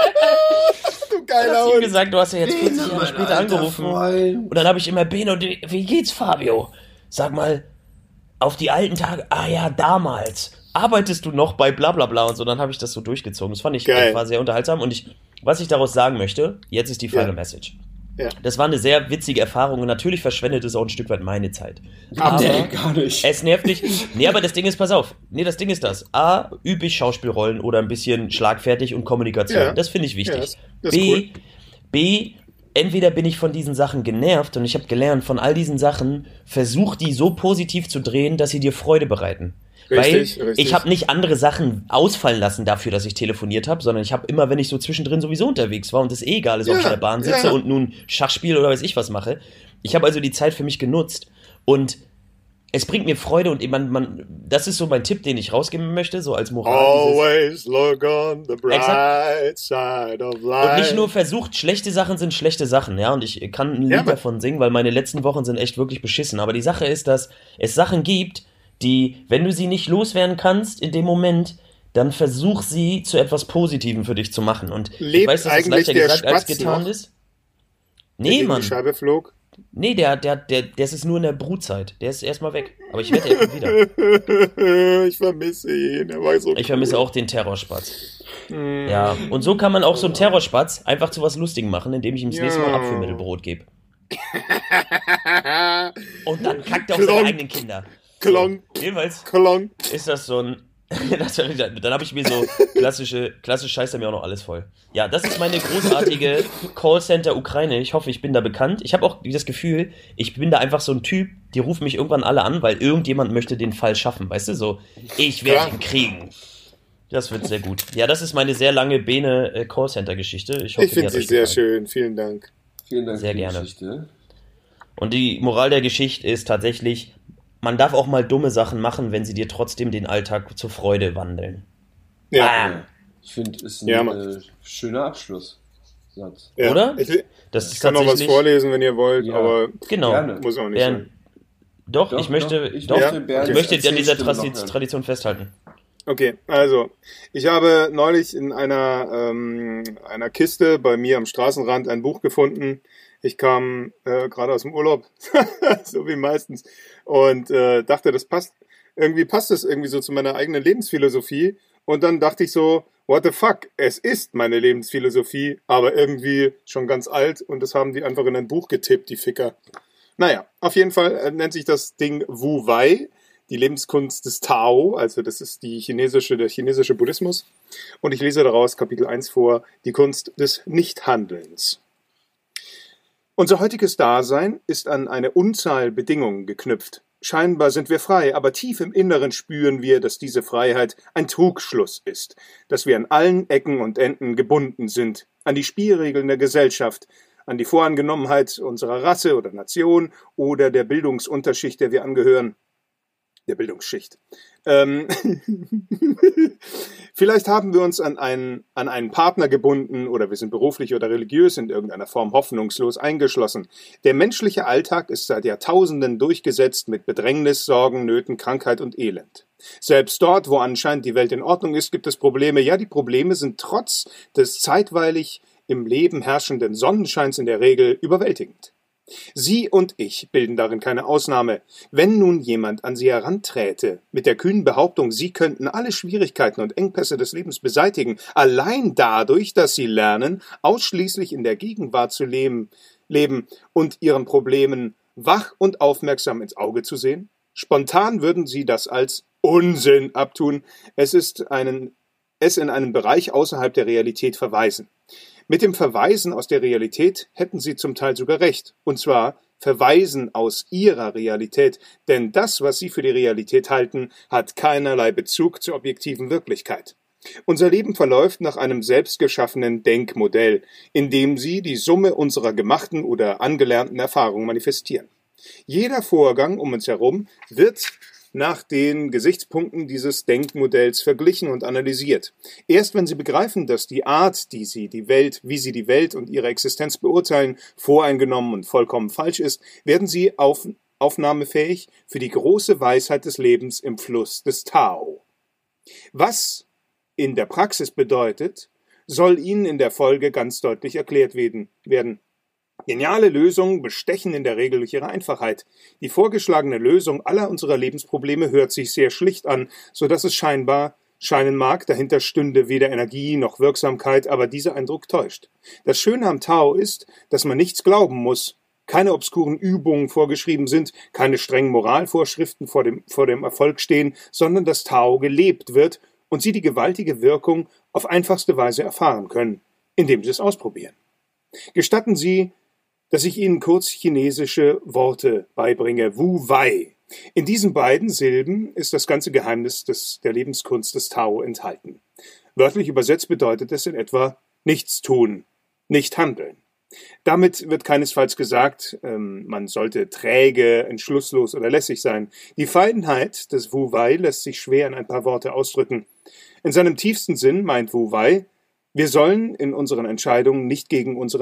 Du geiler Hund. Ich gesagt, du hast ja jetzt 40 Jahre später angerufen. Und dann habe ich immer, Beno, wie geht's, Fabio? Sag mal, auf die alten Tage, ja, damals. Arbeitest du noch bei bla bla bla und so, dann habe ich das so durchgezogen. Das fand ich, war sehr unterhaltsam und was ich daraus sagen möchte, jetzt ist die Final Message. Ja. Das war eine sehr witzige Erfahrung und natürlich verschwendet es auch ein Stück weit meine Zeit. Aber gar nicht. Es nervt nicht. Nee, aber das Ding ist, pass auf. Nee, das Ding ist das. A, übe ich Schauspielrollen oder ein bisschen schlagfertig und Kommunikation. Ja. Das finde ich wichtig. Ja, das ist cool. B, entweder bin ich von diesen Sachen genervt und ich habe gelernt, von all diesen Sachen, versuch die so positiv zu drehen, dass sie dir Freude bereiten. Richtig. Ich habe nicht andere Sachen ausfallen lassen dafür, dass ich telefoniert habe, sondern ich habe immer, wenn ich so zwischendrin sowieso unterwegs war und es egal ist, ob ich in der Bahn sitze und nun Schach spiele oder weiß ich was mache. Ich habe also die Zeit für mich genutzt und es bringt mir Freude und das ist so mein Tipp, den ich rausgeben möchte, so als Moral. Always look on the bright side of life. Und nicht nur versucht, schlechte Sachen sind schlechte Sachen, ja, und ich kann ein Lied davon singen, weil meine letzten Wochen sind echt wirklich beschissen, aber die Sache ist, dass es Sachen gibt, die, wenn du sie nicht loswerden kannst in dem Moment, dann versuch sie zu etwas Positivem für dich zu machen. Und lebt ich weiß, dass es leichter gesagt Spatz als getan noch? ist. Nee, Mann. Die Scheibe flog? Nee, der ist nur in der Brutzeit. Der ist erstmal weg. Aber ich wette, er kommt wieder. Ich vermisse ihn. Er war so Ich vermisse auch den Terrorspatz. Ja, und so kann man auch so einen Terrorspatz einfach zu was Lustigem machen, indem ich ihm das nächste Mal Apfelmittelbrot gebe. Und dann kackt er auf seine eigenen Kinder. Klonk. So, jedenfalls Klonk. ist das so ein... dann habe ich mir so klassisch scheißt er mir auch noch alles voll. Ja, das ist meine großartige Callcenter Ukraine. Ich hoffe, ich bin da bekannt. Ich habe auch das Gefühl, ich bin da einfach so ein Typ, die rufen mich irgendwann alle an, weil irgendjemand möchte den Fall schaffen. Weißt du, so, ich werde ihn kriegen. Das wird sehr gut. Ja, das ist meine sehr lange Bene Callcenter-Geschichte. Ich finde sie sehr schön. Vielen Dank. Vielen Dank sehr für die gerne. Geschichte. Und die Moral der Geschichte ist tatsächlich, man darf auch mal dumme Sachen machen, wenn sie dir trotzdem den Alltag zur Freude wandeln. Ja. Ich finde, es ist ein schöner Abschlusssatz. Ja. Oder? Ich kann noch was vorlesen, wenn ihr wollt, aber genau. Muss auch nicht sein. Doch, ich möchte an dieser Tradition festhalten. Okay, also, ich habe neulich in einer Kiste bei mir am Straßenrand ein Buch gefunden. Ich kam gerade aus dem Urlaub, so wie meistens, und dachte, das passt. Irgendwie passt das irgendwie so zu meiner eigenen Lebensphilosophie. Und dann dachte ich so, what the fuck, es ist meine Lebensphilosophie, aber irgendwie schon ganz alt und das haben die einfach in ein Buch getippt, die Ficker. Naja, auf jeden Fall nennt sich das Ding Wu Wei, die Lebenskunst des Tao, also das ist der chinesische Buddhismus. Und ich lese daraus Kapitel 1 vor, die Kunst des Nichthandelns. Unser heutiges Dasein ist an eine Unzahl Bedingungen geknüpft. Scheinbar sind wir frei, aber tief im Inneren spüren wir, dass diese Freiheit ein Trugschluss ist, dass wir an allen Ecken und Enden gebunden sind, an die Spielregeln der Gesellschaft, an die Voreingenommenheit unserer Rasse oder Nation oder der Bildungsunterschicht, der wir angehören. Der Bildungsschicht. Vielleicht haben wir uns an einen Partner gebunden oder wir sind beruflich oder religiös in irgendeiner Form hoffnungslos eingeschlossen. Der menschliche Alltag ist seit Jahrtausenden durchgesetzt mit Bedrängnis, Sorgen, Nöten, Krankheit und Elend. Selbst dort, wo anscheinend die Welt in Ordnung ist, gibt es Probleme. Ja, die Probleme sind trotz des zeitweilig im Leben herrschenden Sonnenscheins in der Regel überwältigend. Sie und ich bilden darin keine Ausnahme. Wenn nun jemand an sie heranträte, mit der kühnen Behauptung, sie könnten alle Schwierigkeiten und Engpässe des Lebens beseitigen, allein dadurch, dass sie lernen, ausschließlich in der Gegenwart zu leben und ihren Problemen wach und aufmerksam ins Auge zu sehen, spontan würden sie das als Unsinn abtun, es in einen Bereich außerhalb der Realität verweisen. Mit dem Verweisen aus der Realität hätten sie zum Teil sogar recht, und zwar Verweisen aus ihrer Realität, denn das, was sie für die Realität halten, hat keinerlei Bezug zur objektiven Wirklichkeit. Unser Leben verläuft nach einem selbstgeschaffenen Denkmodell, in dem sie die Summe unserer gemachten oder angelernten Erfahrungen manifestieren. Jeder Vorgang um uns herum wird nach den Gesichtspunkten dieses Denkmodells verglichen und analysiert. Erst wenn Sie begreifen, dass die Art, wie Sie die Welt und Ihre Existenz beurteilen, voreingenommen und vollkommen falsch ist, werden Sie aufnahmefähig für die große Weisheit des Lebens im Fluss des Tao. Was in der Praxis bedeutet, soll Ihnen in der Folge ganz deutlich erklärt werden. Geniale Lösungen bestechen in der Regel durch ihre Einfachheit. Die vorgeschlagene Lösung aller unserer Lebensprobleme hört sich sehr schlicht an, so dass es scheinen mag, dahinter stünde weder Energie noch Wirksamkeit, aber dieser Eindruck täuscht. Das Schöne am Tao ist, dass man nichts glauben muss, keine obskuren Übungen vorgeschrieben sind, keine strengen Moralvorschriften vor dem Erfolg stehen, sondern das Tao gelebt wird und Sie die gewaltige Wirkung auf einfachste Weise erfahren können, indem Sie es ausprobieren. Gestatten Sie, dass ich Ihnen kurz chinesische Worte beibringe. Wu Wei. In diesen beiden Silben ist das ganze Geheimnis der Lebenskunst des Tao enthalten. Wörtlich übersetzt bedeutet es in etwa nichts tun, nicht handeln. Damit wird keinesfalls gesagt, man sollte träge, entschlusslos oder lässig sein. Die Feinheit des Wu Wei lässt sich schwer in ein paar Worte ausdrücken. In seinem tiefsten Sinn meint Wu Wei, wir sollen in unseren Entscheidungen nicht gegen unsere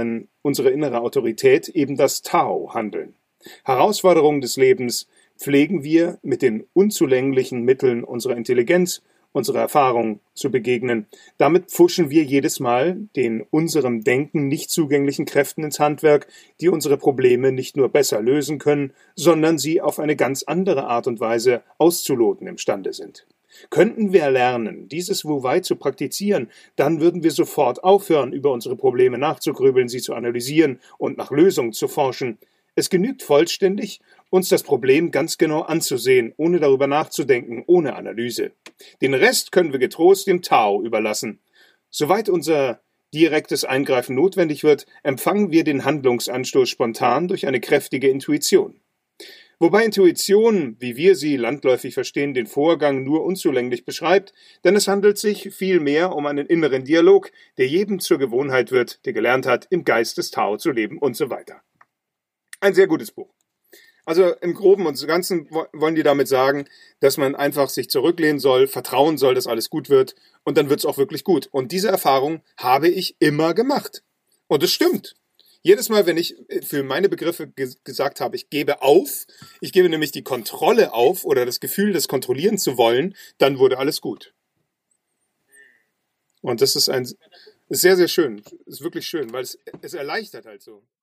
innere Autorität, eben das Tao, handeln. Herausforderungen des Lebens pflegen wir mit den unzulänglichen Mitteln unserer Intelligenz unserer Erfahrung zu begegnen. Damit pfuschen wir jedes Mal den unserem Denken nicht zugänglichen Kräften ins Handwerk, die unsere Probleme nicht nur besser lösen können, sondern sie auf eine ganz andere Art und Weise auszuloten imstande sind. Könnten wir lernen, dieses Wu-Wei zu praktizieren, dann würden wir sofort aufhören, über unsere Probleme nachzugrübeln, sie zu analysieren und nach Lösungen zu forschen. Es genügt vollständig, uns das Problem ganz genau anzusehen, ohne darüber nachzudenken, ohne Analyse. Den Rest können wir getrost dem Tao überlassen. Soweit unser direktes Eingreifen notwendig wird, empfangen wir den Handlungsanstoß spontan durch eine kräftige Intuition. Wobei Intuition, wie wir sie landläufig verstehen, den Vorgang nur unzulänglich beschreibt, denn es handelt sich vielmehr um einen inneren Dialog, der jedem zur Gewohnheit wird, der gelernt hat, im Geist des Tao zu leben und so weiter. Ein sehr gutes Buch. Also im Groben und Ganzen wollen die damit sagen, dass man einfach sich zurücklehnen soll, vertrauen soll, dass alles gut wird und dann wird es auch wirklich gut. Und diese Erfahrung habe ich immer gemacht. Und es stimmt. Jedes Mal, wenn ich für meine Begriffe gesagt habe, ich gebe auf, ich gebe nämlich die Kontrolle auf oder das Gefühl, das kontrollieren zu wollen, dann wurde alles gut. Und das ist sehr, sehr schön. Ist wirklich schön, weil es erleichtert halt so.